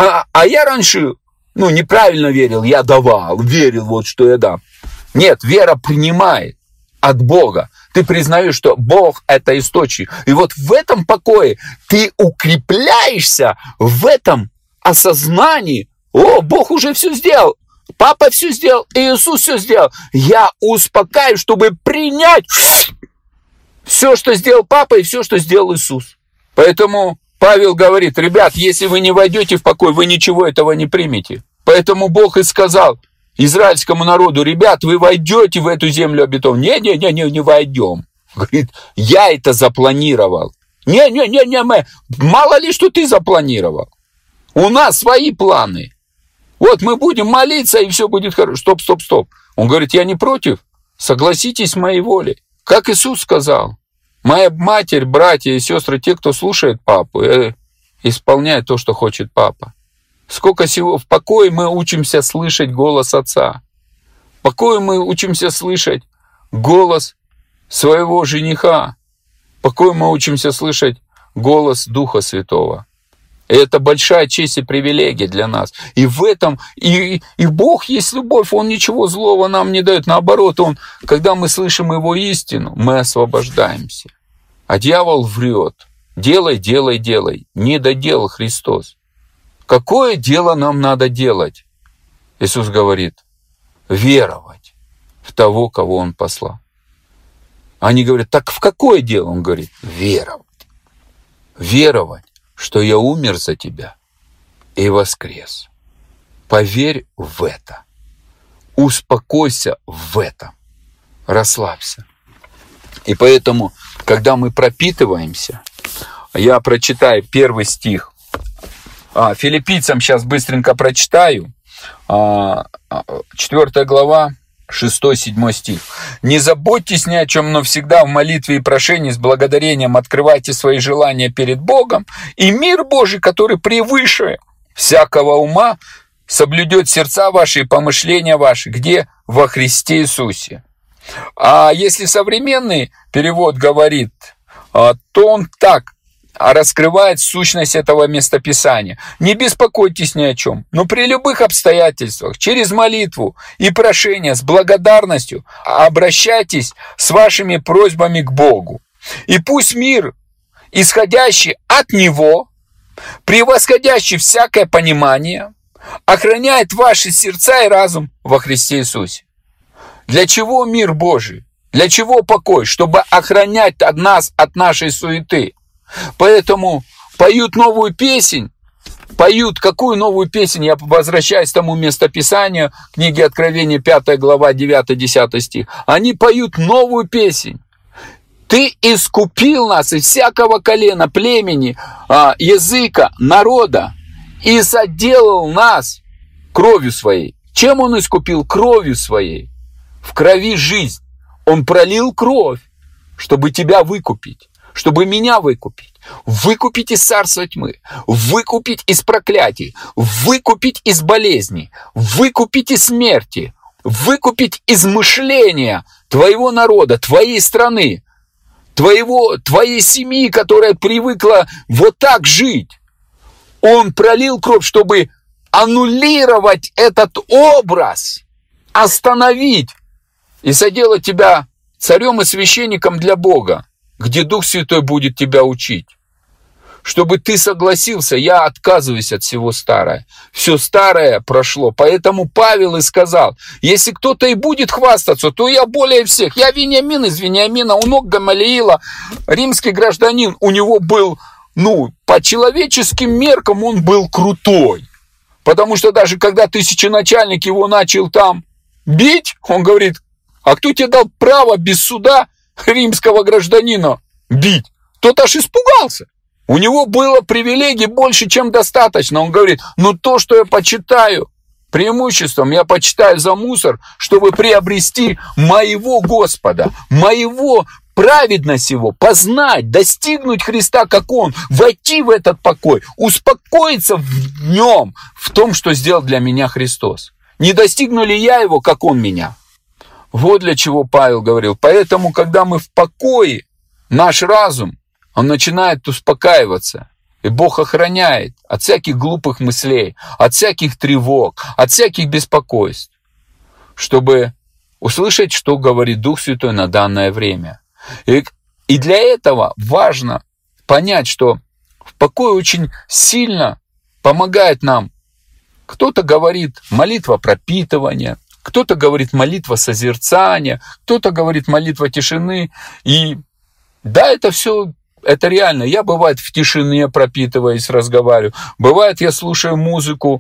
А я раньше, неправильно верил. Я давал, верил, вот что я дам. Нет, вера принимает от Бога. Ты признаешь, что Бог — это источник. И вот в этом покое ты укрепляешься в этом осознании. Бог уже все сделал. Папа все сделал, Иисус все сделал. Я успокаиваюсь, чтобы принять все, что сделал Папа, и все, что сделал Иисус. Поэтому Павел говорит: ребят, если вы не войдете в покой, вы ничего этого не примете. Поэтому Бог и сказал израильскому народу: ребят, вы войдете в эту землю обетованную. Не войдем. Говорит: я это запланировал. Мы. Мало ли, что ты запланировал. У нас свои планы. Вот мы будем молиться, и все будет хорошо. Стоп. Он говорит: я не против. Согласитесь с моей волей. Как Иисус сказал: моя матерь, братья и сестры, те, кто слушает Папу, исполняет то, что хочет Папа. Сколько всего в покое мы учимся слышать голос Отца. В покое мы учимся слышать голос своего жениха. В покое мы учимся слышать голос Духа Святого. И это большая честь и привилегия для нас. И в этом, и Бог есть любовь, Он ничего злого нам не дает. Наоборот, когда мы слышим Его истину, мы освобождаемся. А дьявол врет: делай. Не доделал Христос. Какое дело нам надо делать? Иисус говорит: веровать в того, кого Он послал. Они говорят: так в какое дело? Он говорит: веровать. Веровать, что я умер за тебя и воскрес. Поверь в это. Успокойся в этом. Расслабься. И поэтому, когда мы пропитываемся, я прочитаю 1 стих. Филиппийцам сейчас быстренько прочитаю. 4 глава, 6-7 стих. «Не заботьтесь ни о чем, но всегда в молитве и прошении с благодарением открывайте свои желания перед Богом, и мир Божий, который превыше всякого ума, соблюдет сердца ваши и помышления ваши». Где? Во Христе Иисусе. А если современный перевод говорит, то он так раскрывает сущность этого местописания. «Не беспокойтесь ни о чем, но при любых обстоятельствах, через молитву и прошение с благодарностью обращайтесь с вашими просьбами к Богу. И пусть мир, исходящий от Него, превосходящий всякое понимание, охраняет ваши сердца и разум во Христе Иисусе». Для чего мир Божий? Для чего покой? Чтобы охранять нас от нашей суеты. Поэтому поют новую песнь поют какую новую песнь? Я возвращаюсь к тому местописанию, книги Откровения, 5 глава, 9-10 стих. Они поют новую песнь. Ты искупил нас из всякого колена, племени, языка, народа и соделал нас кровью своей. Чем он искупил? Кровью своей. В крови жизнь. Он пролил кровь, чтобы тебя выкупить, чтобы меня выкупить. Выкупить из царства тьмы, выкупить из проклятий, выкупить из болезней, выкупить из смерти, выкупить из мышления твоего народа, твоей страны, твоей семьи, которая привыкла вот так жить. Он пролил кровь, чтобы аннулировать этот образ, остановить и соделать тебя царем и священником для Бога, где Дух Святой будет тебя учить. Чтобы ты согласился, я отказываюсь от всего старого. Все старое прошло. Поэтому Павел и сказал, если кто-то и будет хвастаться, то я более всех. Я Вениамин из Вениамина, у ног Гамалиила, римский гражданин. У него был, по человеческим меркам он был крутой. Потому что даже когда тысяченачальник его начал там бить, он говорит, а кто тебе дал право без суда римского гражданина бить? Тот аж испугался. У него было привилегий больше, чем достаточно. Он говорит, то, что я почитаю преимуществом, я почитаю за мусор, чтобы приобрести моего Господа, моего праведность его, познать, достигнуть Христа, как Он, войти в этот покой, успокоиться в нем, в том, что сделал для меня Христос. Не достигну ли я его, как Он меня? Вот для чего Павел говорил. Поэтому, когда мы в покое, наш разум, он начинает успокаиваться. И Бог охраняет от всяких глупых мыслей, от всяких тревог, от всяких беспокойств, чтобы услышать, что говорит Дух Святой на данное время. И для этого важно понять, что в покое очень сильно помогает нам. Кто-то говорит молитва пропитывания, кто-то говорит молитва созерцания, кто-то говорит молитва тишины. И да, это все, это реально. Я, бывает, в тишине пропитываюсь, разговариваю. Бывает, я слушаю музыку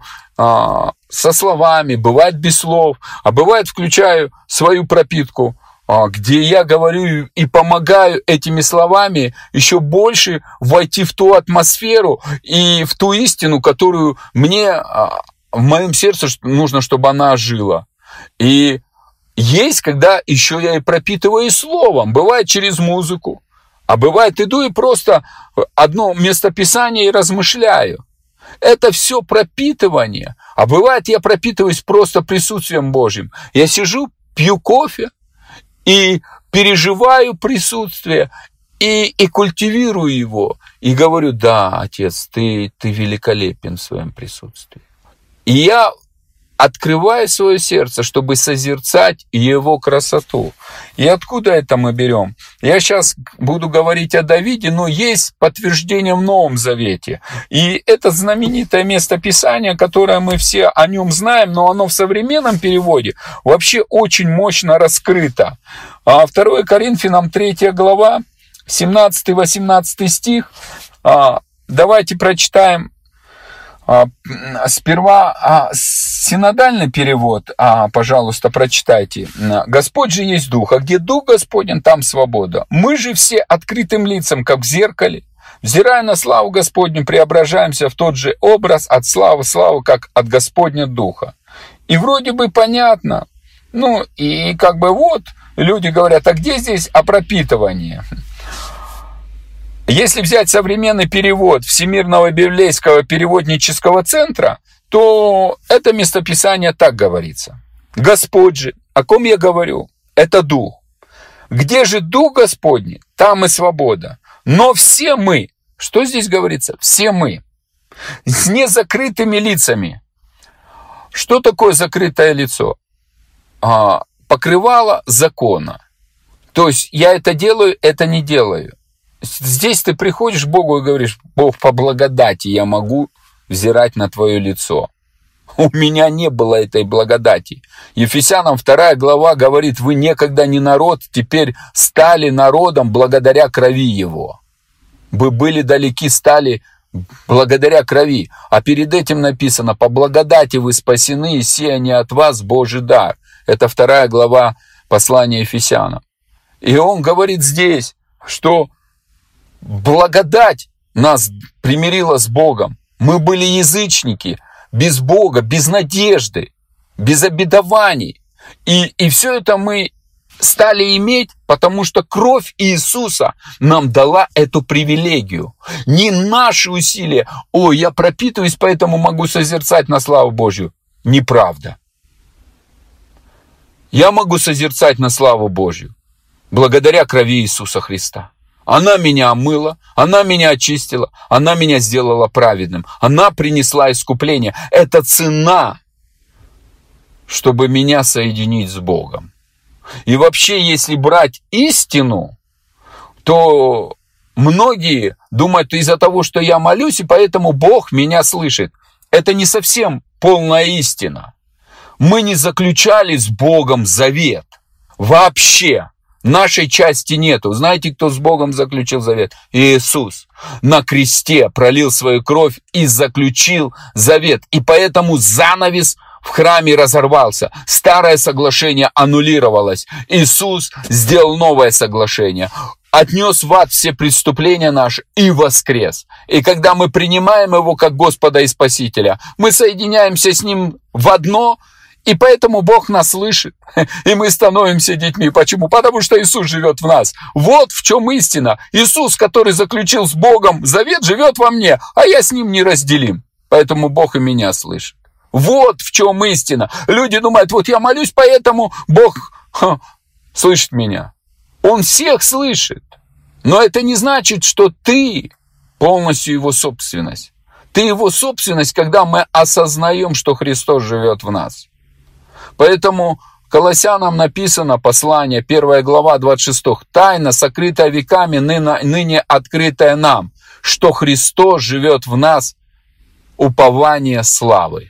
со словами, бывает без слов. А бывает, включаю свою пропитку, где я говорю и помогаю этими словами еще больше войти в ту атмосферу и в ту истину, которую мне в моем сердце нужно, чтобы она жила. И есть, когда еще я и пропитываю словом. Бывает через музыку. А бывает, иду и просто одно местописание и размышляю. Это все пропитывание. А бывает, я пропитываюсь просто присутствием Божьим. Я сижу, пью кофе и переживаю присутствие, и культивирую его. И говорю, да, Отец, ты великолепен в своем присутствии. И я открываю свое сердце, чтобы созерцать его красоту. И откуда это мы берем? Я сейчас буду говорить о Давиде, но есть подтверждение в Новом Завете. И это знаменитое местописание, которое мы все о нем знаем, но оно в современном переводе вообще очень мощно раскрыто. 2 Коринфянам 3 глава, 17-18 стих. Давайте прочитаем. Сперва синодальный перевод, пожалуйста, прочитайте. «Господь же есть Дух, а где Дух Господень, там свобода. Мы же все открытым лицом, как в зеркале, взирая на славу Господню, преображаемся в тот же образ от славы в славу, как от Господня Духа». И вроде бы понятно. И вот люди говорят, а где здесь о пропитывании? Если взять современный перевод Всемирного библейского переводнического центра, то это местописание так говорится. Господь же, о ком я говорю, это Дух. Где же Дух Господний, там и свобода. Но все мы, что здесь говорится? Все мы, с незакрытыми лицами. Что такое закрытое лицо? Покрывало закона. То есть я это делаю, это не делаю. Здесь ты приходишь к Богу и говоришь, Бог, по благодати я могу взирать на твое лицо. У меня не было этой благодати. Ефесянам 2 глава говорит, вы некогда не народ, теперь стали народом благодаря крови его. Вы были далеки, стали благодаря крови. А перед этим написано: по благодати вы спасены, и сия не от вас, Божий дар. Это 2 глава послания Ефесянам. И он говорит здесь, что благодать нас примирила с Богом. Мы были язычники, без Бога, без надежды, без обетований. И все это мы стали иметь, потому что кровь Иисуса нам дала эту привилегию. Не наши усилия. Ой, я пропитываюсь, поэтому могу созерцать на славу Божью. Неправда. Я могу созерцать на славу Божью благодаря крови Иисуса Христа. Она меня омыла, она меня очистила, она меня сделала праведным. Она принесла искупление. Это цена, чтобы меня соединить с Богом. И вообще, если брать истину, то многие думают, из-за того, что я молюсь, и поэтому Бог меня слышит. Это не совсем полная истина. Мы не заключали с Богом завет. Вообще. Нашей части нету. Знаете, кто с Богом заключил завет? Иисус. На кресте пролил свою кровь и заключил завет. И поэтому занавес в храме разорвался. Старое соглашение аннулировалось. Иисус сделал новое соглашение. Отнес в ад все преступления наши и воскрес. И когда мы принимаем Его как Господа и Спасителя, мы соединяемся с Ним в одно. И поэтому Бог нас слышит, и мы становимся детьми. Почему? Потому что Иисус живет в нас. Вот в чем истина. Иисус, который заключил с Богом завет, живет во мне, а я с Ним неразделим. Поэтому Бог и меня слышит. Вот в чем истина. Люди думают, вот я молюсь, поэтому Бог слышит меня. Он всех слышит. Но это не значит, что ты полностью Его собственность. Ты Его собственность, когда мы осознаем, что Христос живет в нас. Поэтому Колоссянам написано послание, 1 глава, 26. «Тайна, сокрытая веками, ныне открытая нам, что Христос живет в нас, упование славы».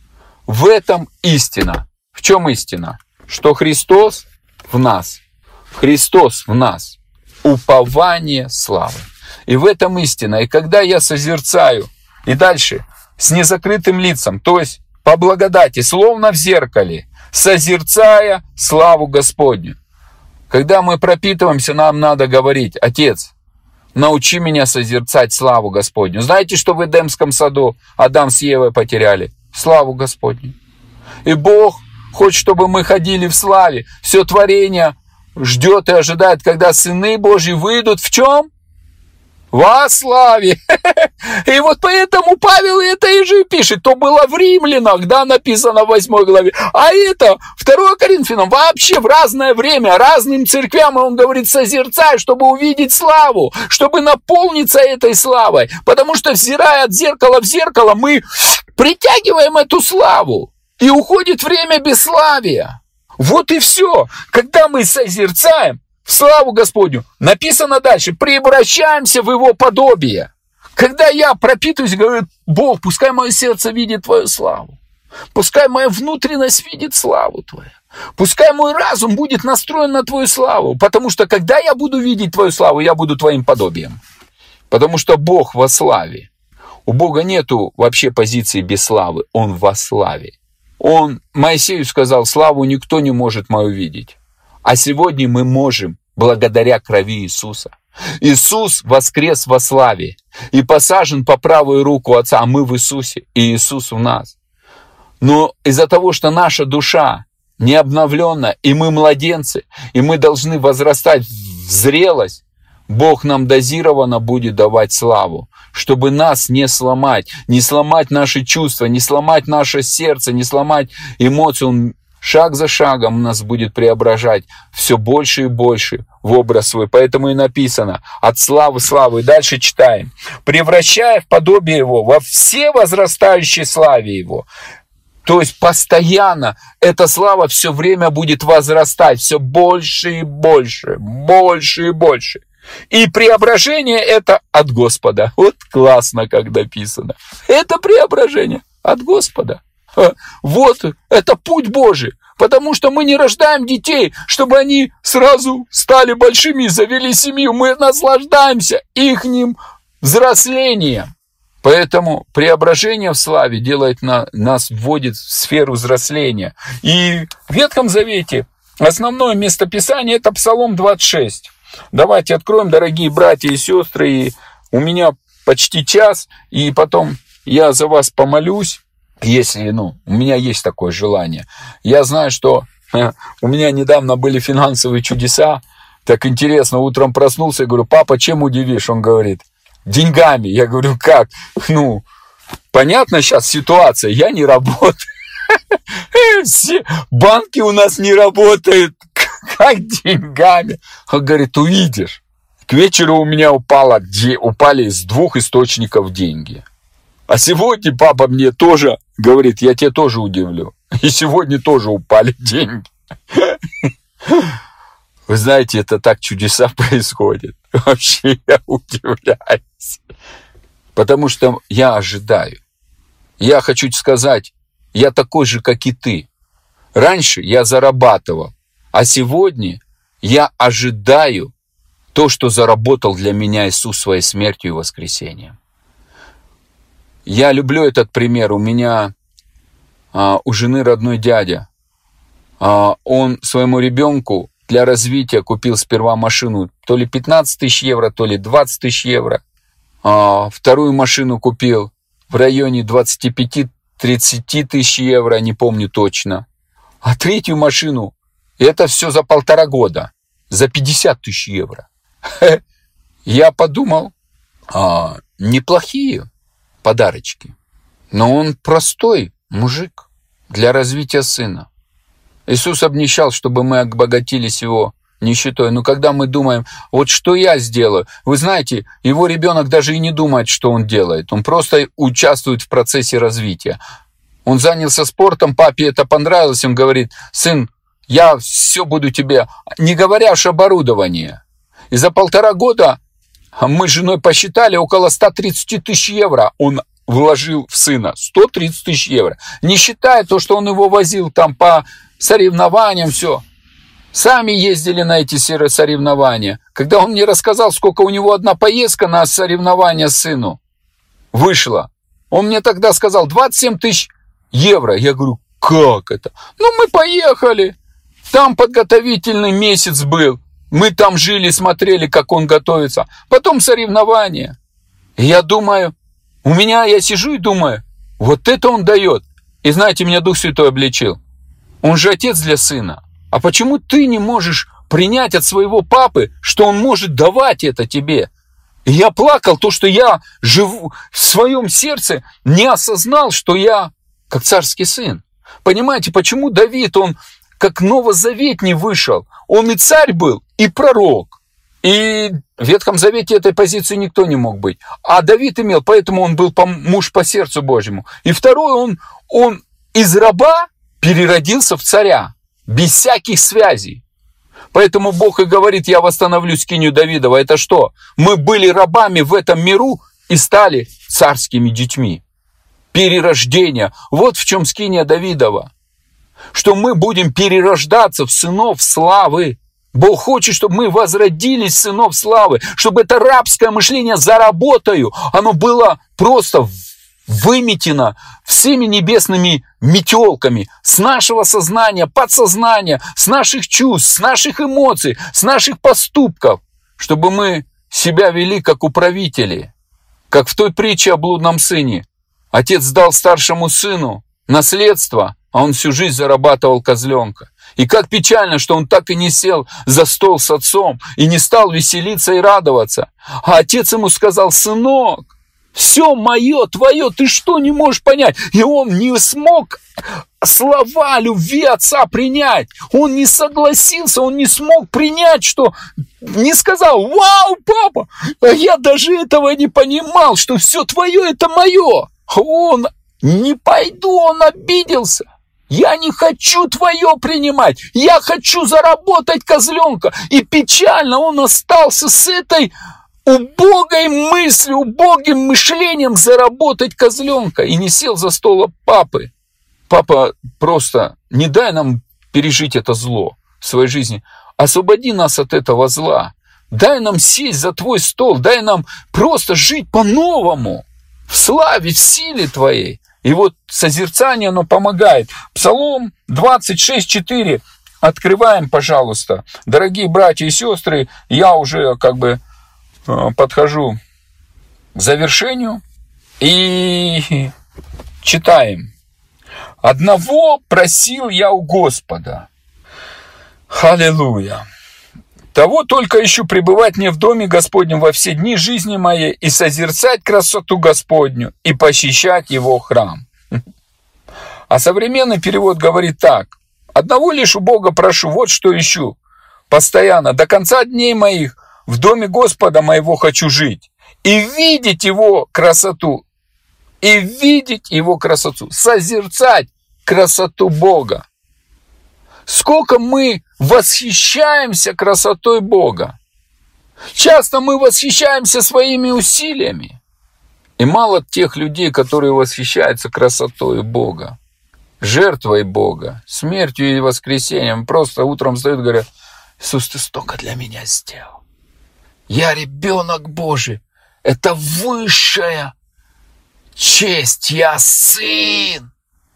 В этом истина. В чем истина? Что Христос в нас. Христос в нас. Упование славы. И в этом истина. И когда я созерцаю, и дальше, с незакрытым лицом, то есть по благодати, словно в зеркале, созерцая славу Господню. Когда мы пропитываемся, нам надо говорить: Отец, научи меня созерцать славу Господню. Знаете, что в Эдемском саду Адам с Евой потеряли? Славу Господню. И Бог хочет, чтобы мы ходили в славе. Все творение ждет и ожидает, когда сыны Божьи выйдут в чем? Во славе. И вот поэтому Павел это и же пишет. То было в Римлянах, да, написано в 8 главе. А это 2 Коринфянам вообще в разное время, разным церквям. И он говорит: созерцай, чтобы увидеть славу, чтобы наполниться этой славой. Потому что, взирая от зеркала в зеркало, мы притягиваем эту славу. И уходит время бесславия. Вот и все. Когда мы созерцаем в славу Господню, написано дальше: преобращаемся в Его подобие. Когда я пропитываюсь, говорю: Бог, пускай мое сердце видит Твою славу. Пускай моя внутренность видит славу Твою. Пускай мой разум будет настроен на Твою славу. Потому что когда я буду видеть Твою славу, я буду Твоим подобием. Потому что Бог во славе. У Бога нету вообще позиции без славы. Он во славе. Он Моисею сказал: славу никто не может мою видеть. А сегодня мы можем, благодаря крови Иисуса. Иисус воскрес во славе и посажен по правую руку Отца, а мы в Иисусе, и Иисус в нас. Но из-за того, что наша душа не обновленна, и мы младенцы, и мы должны возрастать в зрелость, Бог нам дозированно будет давать славу, чтобы нас не сломать наши чувства, не сломать наше сердце, не сломать эмоции. Он шаг за шагом нас будет преображать все больше и больше в образ свой. Поэтому и написано: от славы славы. И дальше читаем: превращая в подобие Его во все возрастающей славе Его. То есть постоянно эта слава все время будет возрастать, все больше и больше, больше и больше. И преображение это от Господа. Вот классно, как написано. Это преображение от Господа. Вот это путь Божий. Потому что мы не рождаем детей, чтобы они сразу стали большими и завели семью. Мы наслаждаемся ихним взрослением. Поэтому преображение в славе делает нас, вводит в сферу взросления. И в Ветхом Завете основное местописание – это Псалом 26. Давайте откроем, дорогие братья и сестры. И у меня почти час, и потом я за вас помолюсь, если, у меня есть такое желание. Я знаю, что у меня недавно были финансовые чудеса. Так интересно, утром проснулся и говорю: папа, чем удивишь? Он говорит: деньгами. Я говорю: как? Понятно сейчас ситуация, я не работаю. Все банки у нас не работают. Как деньгами? Он говорит: увидишь. К вечеру у меня упали из 2 источников деньги. А сегодня папа мне тоже говорит: я тебя тоже удивлю. И сегодня тоже упали деньги. Вы знаете, это так чудеса происходят. Вообще я удивляюсь. Потому что я ожидаю. Я хочу сказать, я такой же, как и ты. Раньше я зарабатывал, а сегодня я ожидаю то, что заработал для меня Иисус своей смертью и воскресением. Я люблю этот пример. У меня у жены родной дядя. Он своему ребенку для развития купил сперва машину то ли 15 тысяч евро, то ли 20 тысяч евро. Вторую машину купил в районе 25-30 тысяч евро, не помню точно. А третью машину, это все за 1,5 года, за 50 тысяч евро. Я подумал, неплохие подарочки. Но он простой мужик для развития сына. Иисус обнищал, чтобы мы обогатились его нищетой. Но когда мы думаем, вот что я сделаю, вы знаете, его ребенок даже и не думает, что он делает. Он просто участвует в процессе развития. Он занялся спортом, папе это понравилось, он говорит: сын, я все буду тебе, не говоря уж об оборудовании. И за 1,5 года мы с женой посчитали, около 130 тысяч евро он вложил в сына. 130 тысяч евро. Не считая то, что он его возил там по соревнованиям, все. Сами ездили на эти соревнования. Когда он мне рассказал, сколько у него одна поездка на соревнования сыну вышла, он мне тогда сказал: 27 тысяч евро. Я говорю: как это? Мы поехали. Там подготовительный месяц был. Мы там жили, смотрели, как он готовится. Потом соревнования. И я думаю, я сижу и думаю, вот это он дает. И знаете, меня Дух Святой обличил. Он же отец для сына. А почему ты не можешь принять от своего папы, что он может давать это тебе? И я плакал, то, что я живу в своем сердце, не осознал, что я как царский сын. Понимаете, почему Давид, он как новозаветний вышел? Он и царь был, и пророк. И в Ветхом Завете этой позиции никто не мог быть. А Давид имел, поэтому он был муж по сердцу Божьему. И второе, он из раба переродился в царя, без всяких связей. Поэтому Бог и говорит: я восстановлю скинию Давидова. Это что? Мы были рабами в этом миру и стали царскими детьми. Перерождение. Вот в чем скиния Давидова. Что мы будем перерождаться в сынов славы. Бог хочет, чтобы мы возродились в сынов славы, чтобы это рабское мышление «заработаю», оно было просто выметено всеми небесными метелками с нашего сознания, подсознания, с наших чувств, с наших эмоций, с наших поступков, чтобы мы себя вели как управители, как в той притче о блудном сыне. Отец дал старшему сыну наследство, а он всю жизнь зарабатывал козленка. И как печально, что он так и не сел за стол с отцом и не стал веселиться и радоваться. А отец ему сказал: сынок, все мое, твое, ты что не можешь понять? И он не смог слова любви отца принять. Он не согласился, он не смог принять, что не сказал: вау, папа, я даже этого не понимал, что все твое это мое. Он не пойду, он обиделся. Я не хочу твое принимать, я хочу заработать козленка. И печально он остался с этой убогой мыслью, убогим мышлением заработать козленка. И не сел за стол папы. Папа, просто не дай нам пережить это зло в своей жизни. Освободи нас от этого зла. Дай нам сесть за твой стол, дай нам просто жить по-новому. в славе, в силе Твоей. И вот созерцание, оно помогает. Псалом 26:4. Открываем, пожалуйста. Дорогие братья и сестры, я уже подхожу к завершению. И читаем. «Одного просил я у Господа». Аллилуйя. «Того только ищу пребывать мне в доме Господнем во все дни жизни моей и созерцать красоту Господню и посещать Его храм». А современный перевод говорит так. «Одного лишь у Бога прошу, вот что ищу. Постоянно, до конца дней моих, в доме Господа моего хочу жить и видеть Его красоту». И видеть Его красоту, созерцать красоту Бога. Сколько мы восхищаемся красотой Бога. Часто мы восхищаемся своими усилиями. И мало тех людей, которые восхищаются красотой Бога, жертвой Бога, смертью и воскресением. Просто утром встают и говорят: Иисус, Ты столько для меня сделал. Я ребенок Божий. Это высшая честь, я сын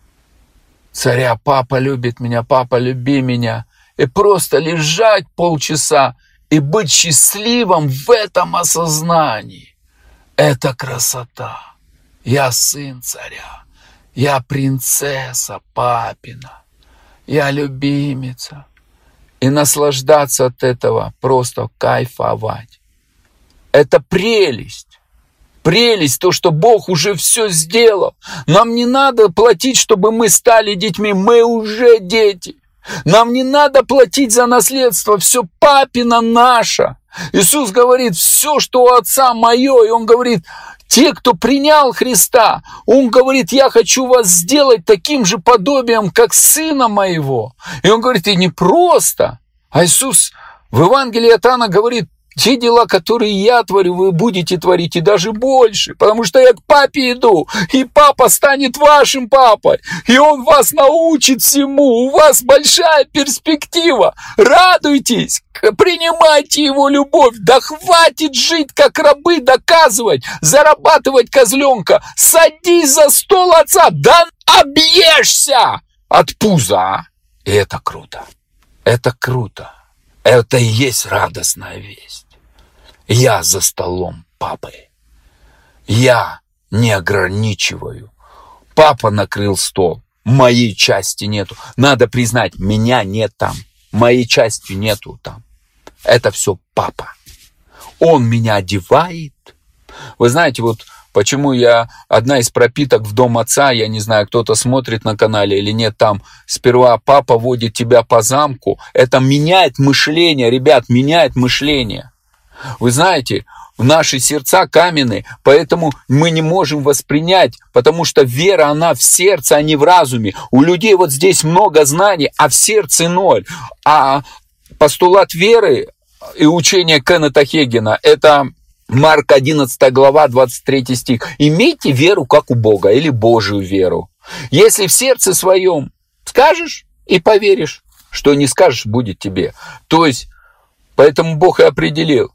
царя, папа любит меня, папа, люби меня. И просто лежать полчаса и быть счастливым в этом осознании. Это красота. Я сын царя, я принцесса папина, я любимица. И наслаждаться от этого, просто кайфовать. Это прелесть. Прелесть, то, что Бог уже все сделал. Нам не надо платить, чтобы мы стали детьми. Мы уже дети. Нам не надо платить за наследство. Все папина наше. Иисус говорит, все, что у Отца мое. И Он говорит, те, кто принял Христа, Он говорит, я хочу вас сделать таким же подобием, как сына моего. И Он говорит, и не просто. А Иисус в Евангелии от Иоанна говорит, те дела, которые я творю, вы будете творить и даже больше, потому что я к папе иду, и папа станет вашим папой, и он вас научит всему, у вас большая перспектива, радуйтесь, принимайте его любовь, да хватит жить как рабы, доказывать, зарабатывать козленка, садись за стол отца, да объешься от пуза, и это круто, это круто. Это и есть радостная весть. Я за столом папы. Я не ограничиваю. Папа накрыл стол. Моей части нету. Надо признать, меня нет там. Моей части нету там. Это все папа. Он меня одевает. Вы знаете, вот почему одна из пропиток в дом отца, я не знаю, кто-то смотрит на канале или нет, там сперва папа водит тебя по замку. Это меняет мышление, ребят, меняет мышление. Вы знаете, наши сердца каменные, поэтому мы не можем воспринять, потому что вера, она в сердце, а не в разуме. У людей вот здесь много знаний, а в сердце ноль. А постулат веры и учение Кеннета Хегена – это Марк 11 глава, 23 стих. «Имейте веру, как у Бога», или Божию веру. Если в сердце своем скажешь и поверишь, что не скажешь, будет тебе. То есть, поэтому Бог и определил.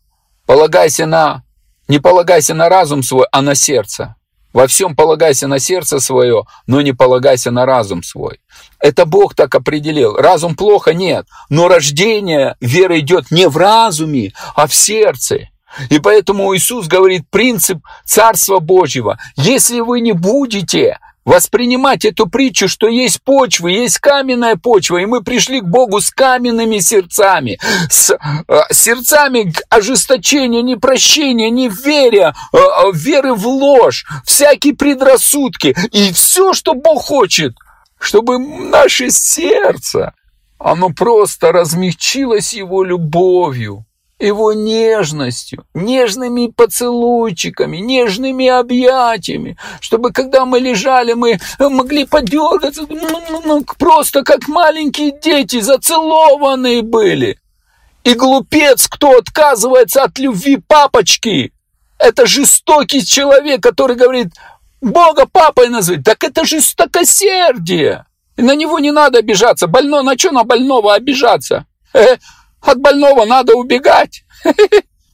Не полагайся на разум свой, а на сердце. Во всем полагайся на сердце свое, но не полагайся на разум свой. Это Бог так определил. Разум плохо? Нет. Но рождение веры идет не в разуме, а в сердце. И поэтому Иисус говорит принцип Царства Божьего. Если вы не будете воспринимать эту притчу, что есть почва, есть каменная почва, и мы пришли к Богу с каменными сердцами, с сердцами ожесточения, непрощения, неверия, веры в ложь, всякие предрассудки. И все, что Бог хочет, чтобы наше сердце, оно просто размягчилось Его любовью, Его нежностью, нежными поцелуйчиками, нежными объятиями, чтобы когда мы лежали, мы могли подергаться, просто как маленькие дети, зацелованные были. И глупец, кто отказывается от любви папочки, это жестокий человек, который говорит, Бога папой назвать, так это жестокосердие. И на него не надо обижаться. На что на больного обижаться? От больного надо убегать.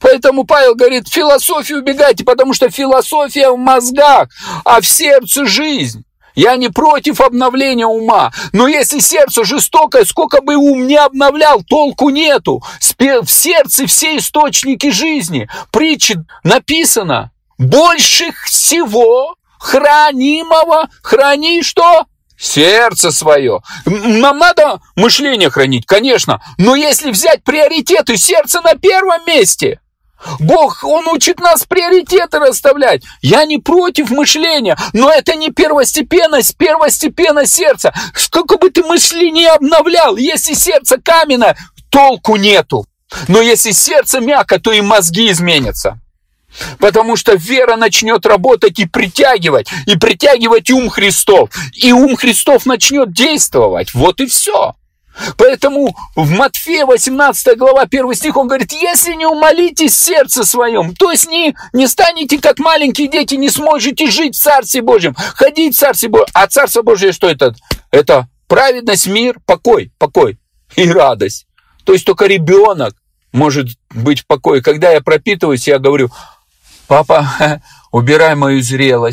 Поэтому Павел говорит, в философию убегайте, потому что философия в мозгах, а в сердце жизнь. Я не против обновления ума, но если сердце жестокое, сколько бы ум не обновлял, толку нету. В сердце все источники жизни. Притча написано, больше всего хранимого храни что? Сердце свое. Нам надо мышление хранить, конечно, но если взять приоритеты, сердце на первом месте. Бог, Он учит нас приоритеты расставлять. Я не против мышления, но это не первостепенность, первостепенность сердца. Сколько бы ты мыслей не обновлял, если сердце каменное, толку нету. Но если сердце мягко, то и мозги изменятся. Потому что вера начнет работать и притягивать ум Христов. И ум Христов начнет действовать. Вот и все. Поэтому в Матфея 18 глава 1 стих он говорит, если не умолитесь в сердце своем, то есть не станете как маленькие дети, не сможете жить в Царстве Божьем, ходить в Царстве Божьем. А Царство Божье что это? Это праведность, мир, покой и радость. То есть только ребенок может быть в покое. Когда я пропитываюсь, я говорю, папа, убирай мою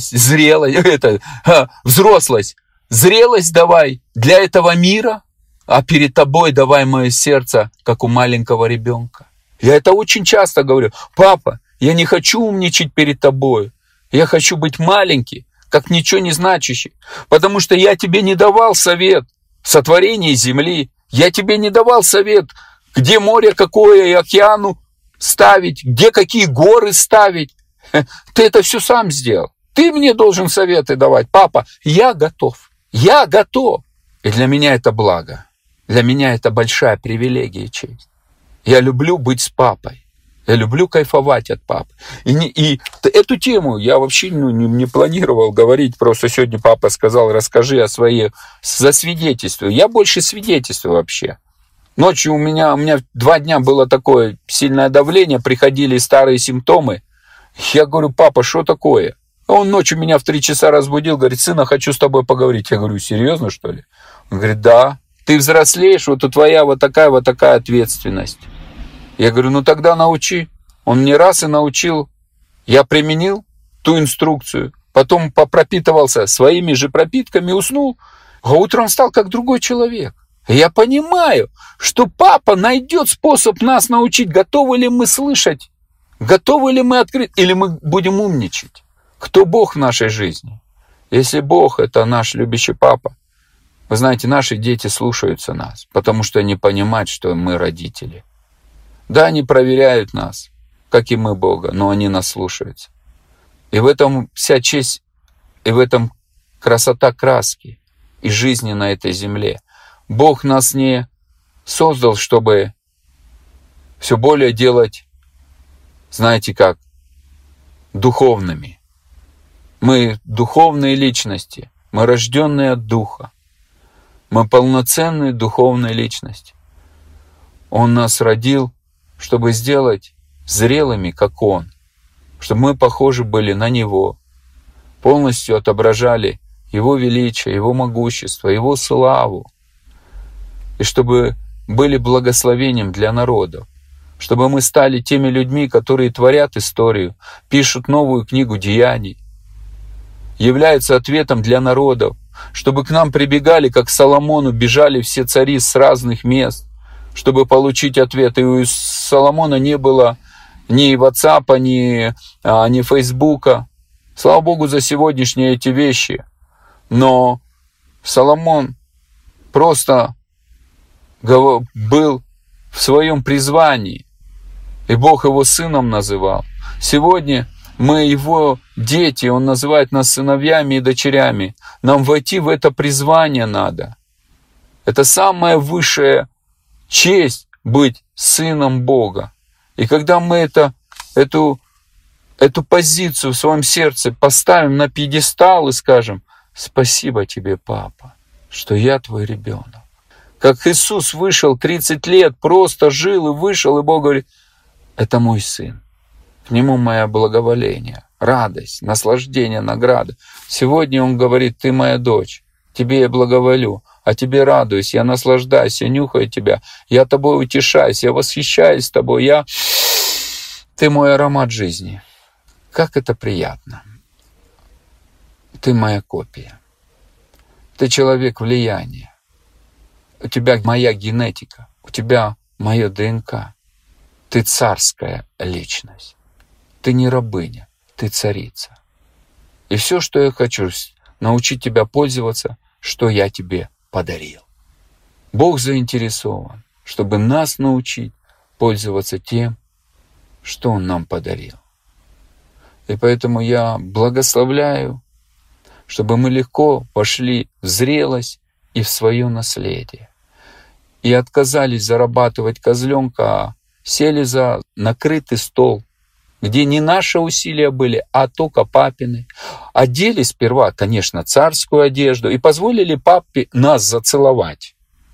взрослость, зрелость давай для этого мира. А перед тобой давай мое сердце, как у маленького ребенка. Я это очень часто говорю. Папа, я не хочу умничать перед тобой. Я хочу быть маленький, как ничего не значащий. Потому что я тебе не давал совет в сотворении земли. Я тебе не давал совет, где море какое и океану ставить, где какие горы ставить. Ты это все сам сделал. Ты мне должен советы давать. Папа, я готов. Я готов. И для меня это благо. Для меня это большая привилегия и честь. Я люблю быть с папой. Я люблю кайфовать от папы. И эту тему я вообще не планировал говорить. Просто сегодня папа сказал, расскажи о своей засвидетельствую. Я больше свидетельствую вообще. Ночью у меня 2 дня было такое сильное давление, приходили старые симптомы. Я говорю, папа, что такое? Он ночью меня в 3 часа разбудил, говорит, сына, хочу с тобой поговорить. Я говорю, серьезно, что ли? Он говорит, да. Ты взрослеешь, вот у твоя вот такая ответственность. Я говорю, ну тогда научи. Он мне раз и научил. Я применил ту инструкцию. Потом пропитывался своими же пропитками, уснул. А утром стал как другой человек. И я понимаю, что папа найдет способ нас научить. Готовы ли мы слышать? Готовы ли мы открыть? Или мы будем умничать? Кто Бог в нашей жизни? Если Бог — это наш любящий папа, вы знаете, наши дети слушаются нас, потому что они понимают, что мы родители. Да, они проверяют нас, как и мы Бога, но они нас слушаются. И в этом вся честь, и в этом красота краски и жизни на этой земле. Бог нас не создал, чтобы все более делать, знаете как, духовными. Мы духовные личности, мы рожденные от Духа. Мы полноценные духовные личности. Он нас родил, чтобы сделать зрелыми, как Он, чтобы мы похожи были на Него, полностью отображали Его величие, Его могущество, Его славу, и чтобы были благословением для народов, чтобы мы стали теми людьми, которые творят историю, пишут новую книгу деяний, являются ответом для народов, чтобы к нам прибегали, как к Соломону, бежали все цари с разных мест, чтобы получить ответ. И у Соломона не было ни WhatsApp, ни Фейсбука. Слава Богу за сегодняшние эти вещи. Но Соломон просто был в своем призвании, и Бог его сыном называл. Сегодня мы его дети, он называет нас сыновьями и дочерями. Нам войти в это призвание надо. Это самая высшая честь быть сыном Бога. И когда мы эту позицию в своем сердце поставим на пьедестал и скажем, спасибо тебе, папа, что я твой ребенок. Как Иисус вышел 30 лет, просто жил и вышел, и Бог говорит, это мой сын. К нему мое благоволение, радость, наслаждение, награда. Сегодня он говорит, ты моя дочь, тебе я благоволю, а тебе радуюсь, я наслаждаюсь, я нюхаю тебя, я тобой утешаюсь, я восхищаюсь тобой, я Ты мой аромат жизни. Как это приятно. Ты моя копия. Ты человек влияния. У тебя моя генетика. У тебя мое ДНК. Ты царская личность. Ты не рабыня, ты царица. И все, что я хочу, научить тебя пользоваться, что я тебе подарил. Бог заинтересован, чтобы нас научить пользоваться тем, что Он нам подарил. И поэтому я благословляю, чтобы мы легко вошли в зрелость и в свое наследие. И отказались зарабатывать козленка, а сели за накрытый стол, где не наши усилия были, а только папины. Одели сперва, конечно, царскую одежду и позволили папе нас зацеловать.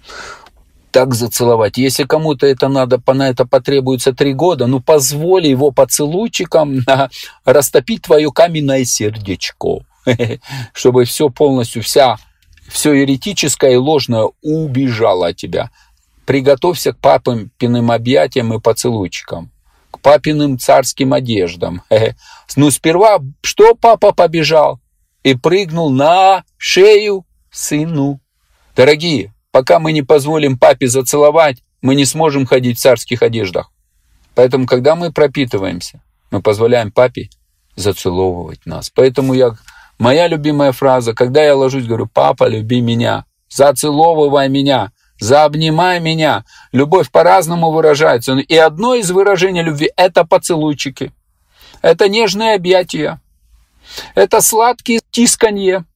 Так зацеловать. Если кому-то это надо, на это потребуется 3 года, ну позволь его поцелуйчиком растопить твое каменное сердечко, чтобы все полностью, все еретическое и ложное убежало от тебя. Приготовься к папиным объятиям и поцелуйчикам, к папиным царским одеждам. Ну сперва, что папа побежал и прыгнул на шею сыну. Дорогие, пока мы не позволим папе зацеловать, мы не сможем ходить в царских одеждах. Поэтому, когда мы пропитываемся, мы позволяем папе зацеловывать нас. Поэтому моя любимая фраза, когда я ложусь, говорю: папа, люби меня, зацеловывай меня, заобнимай меня. Любовь по-разному выражается. И одно из выражений любви – это поцелуйчики. Это нежные объятия. Это сладкие тисканье.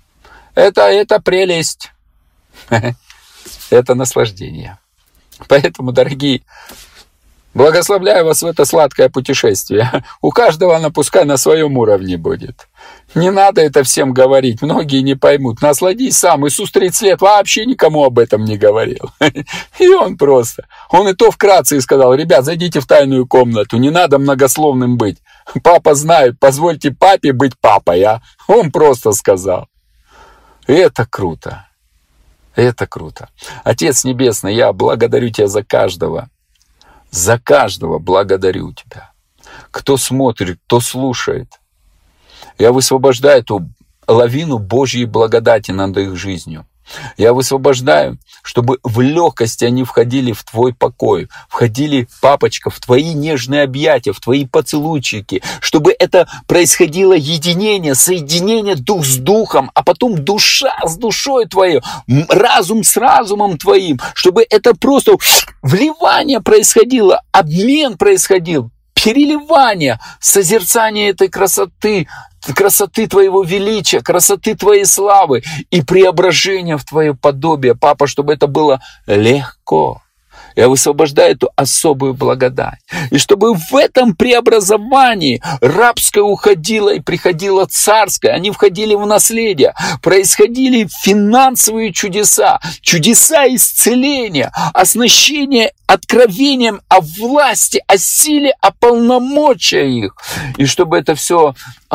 Это прелесть. Это наслаждение. Поэтому, дорогие, благословляю вас в это сладкое путешествие. У каждого оно пускай на своем уровне будет. Не надо это всем говорить, многие не поймут. Насладись сам. Иисус 30 лет вообще никому об этом не говорил. И он и то вкратце сказал: ребят, зайдите в тайную комнату, не надо многословным быть. Папа знает, позвольте папе быть папой, а? Он просто сказал. И это круто. Это круто. Отец Небесный, я благодарю Тебя за каждого. За каждого благодарю Тебя. Кто смотрит, кто слушает. Я высвобождаю эту лавину Божьей благодати над их жизнью. Я высвобождаю, чтобы в легкости они входили в Твой покой, входили, папочка, в Твои нежные объятия, в Твои поцелуйчики, чтобы это происходило единение, соединение дух с духом, а потом душа с душой Твоей, разум с разумом Твоим, чтобы это просто вливание происходило, обмен происходил, переливание, созерцание этой красоты Твоего величия, красоты Твоей славы и преображение в Твое подобие, Папа, чтобы это было легко. Я высвобождаю эту особую благодать. И чтобы в этом преобразовании рабское уходило и приходило царское, они входили в наследие, происходили финансовые чудеса, чудеса исцеления, оснащение откровением о власти, о силе, о полномочиях их. И чтобы это все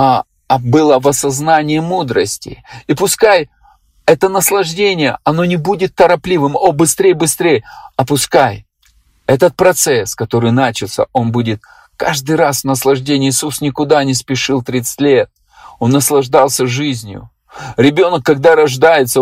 было в осознании мудрости. И пускай это наслаждение, оно не будет торопливым, быстрее, быстрее, а пускай этот процесс, который начался, он будет каждый раз в наслаждении. Иисус никуда не спешил 30 лет, Он наслаждался жизнью. Ребенок, когда рождается,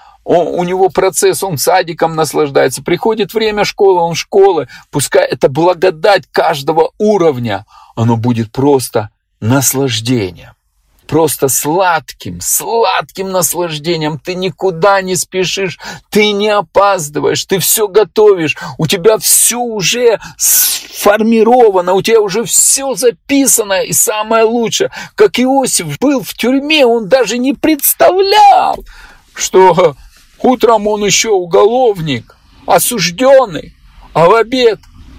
у него процесс, он садиком наслаждается. Приходит время школы, он школы. Пускай это благодать каждого уровня, оно будет просто наслаждением. Просто сладким наслаждением. Ты никуда не спешишь, ты не опаздываешь, ты все готовишь, у тебя все уже сформировано, у тебя уже все записано. И самое лучшее, как Иосиф был в тюрьме, он даже не представлял, что утром он еще уголовник, осужденный, а в обед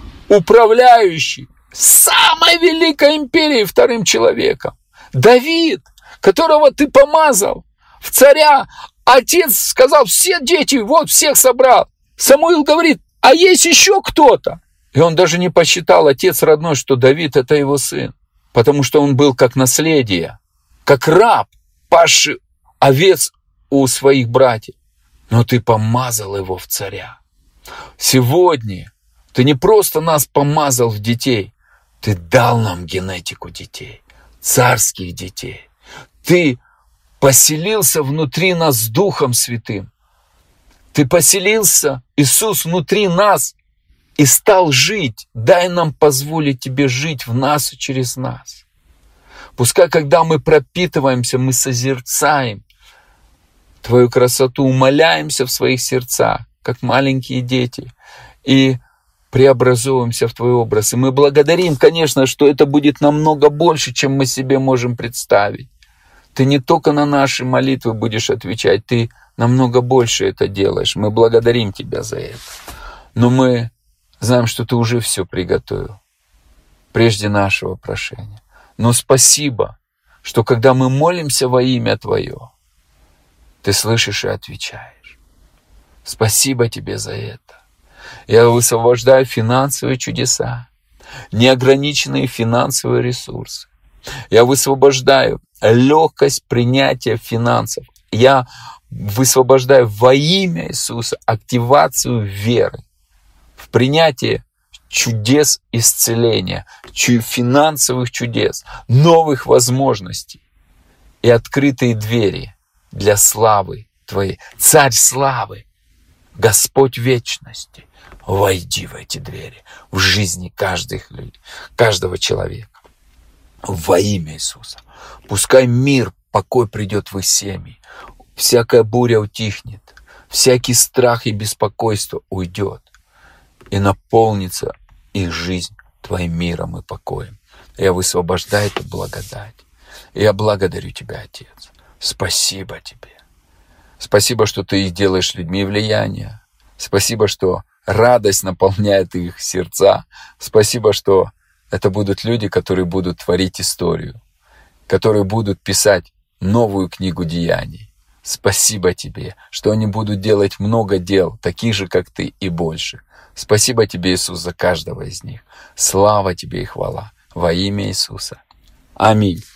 управляющий самой великой империей вторым человеком. Давид, которого ты помазал в царя, отец сказал: все дети, вот всех собрал. Самуил говорит: а есть еще кто-то? И он даже не посчитал, отец родной, что Давид — это его сын, потому что он был как наследие, как раб, пасший овец у своих братьев. Но ты помазал его в царя. Сегодня ты не просто нас помазал в детей, Ты дал нам генетику детей, царских детей. Ты поселился внутри нас Духом Святым. Ты поселился, Иисус, внутри нас и стал жить. Дай нам позволить Тебе жить в нас и через нас. Пускай, когда мы пропитываемся, мы созерцаем Твою красоту, умоляемся в своих сердцах, как маленькие дети, и преобразовываемся в Твой образ. И мы благодарим, конечно, что это будет намного больше, чем мы себе можем представить. Ты не только на наши молитвы будешь отвечать, Ты намного больше это делаешь. Мы благодарим Тебя за это. Но мы знаем, что Ты уже все приготовил, прежде нашего прошения. Но спасибо, что когда мы молимся во имя Твое, Ты слышишь и отвечаешь. Спасибо Тебе за это. Я высвобождаю финансовые чудеса, неограниченные финансовые ресурсы. Я высвобождаю легкость принятия финансов. Я высвобождаю во имя Иисуса активацию веры в принятие чудес исцеления, финансовых чудес, новых возможностей и открытые двери для славы Твоей. Царь славы, Господь вечности, войди в эти двери, в жизни каждого человека. Во имя Иисуса. Пускай мир, покой придет в их семьи. Всякая буря утихнет. Всякий страх и беспокойство уйдет. И наполнится их жизнь Твоим миром и покоем. Я высвобождаю эту благодать. Я благодарю Тебя, Отец. Спасибо Тебе. Спасибо, что Ты их делаешь людьми влияния. Спасибо, что радость наполняет их сердца. Спасибо, что это будут люди, которые будут творить историю, которые будут писать новую книгу деяний. Спасибо Тебе, что они будут делать много дел, таких же, как Ты, и больше. Спасибо Тебе, Иисус, за каждого из них. Слава Тебе и хвала во имя Иисуса. Аминь.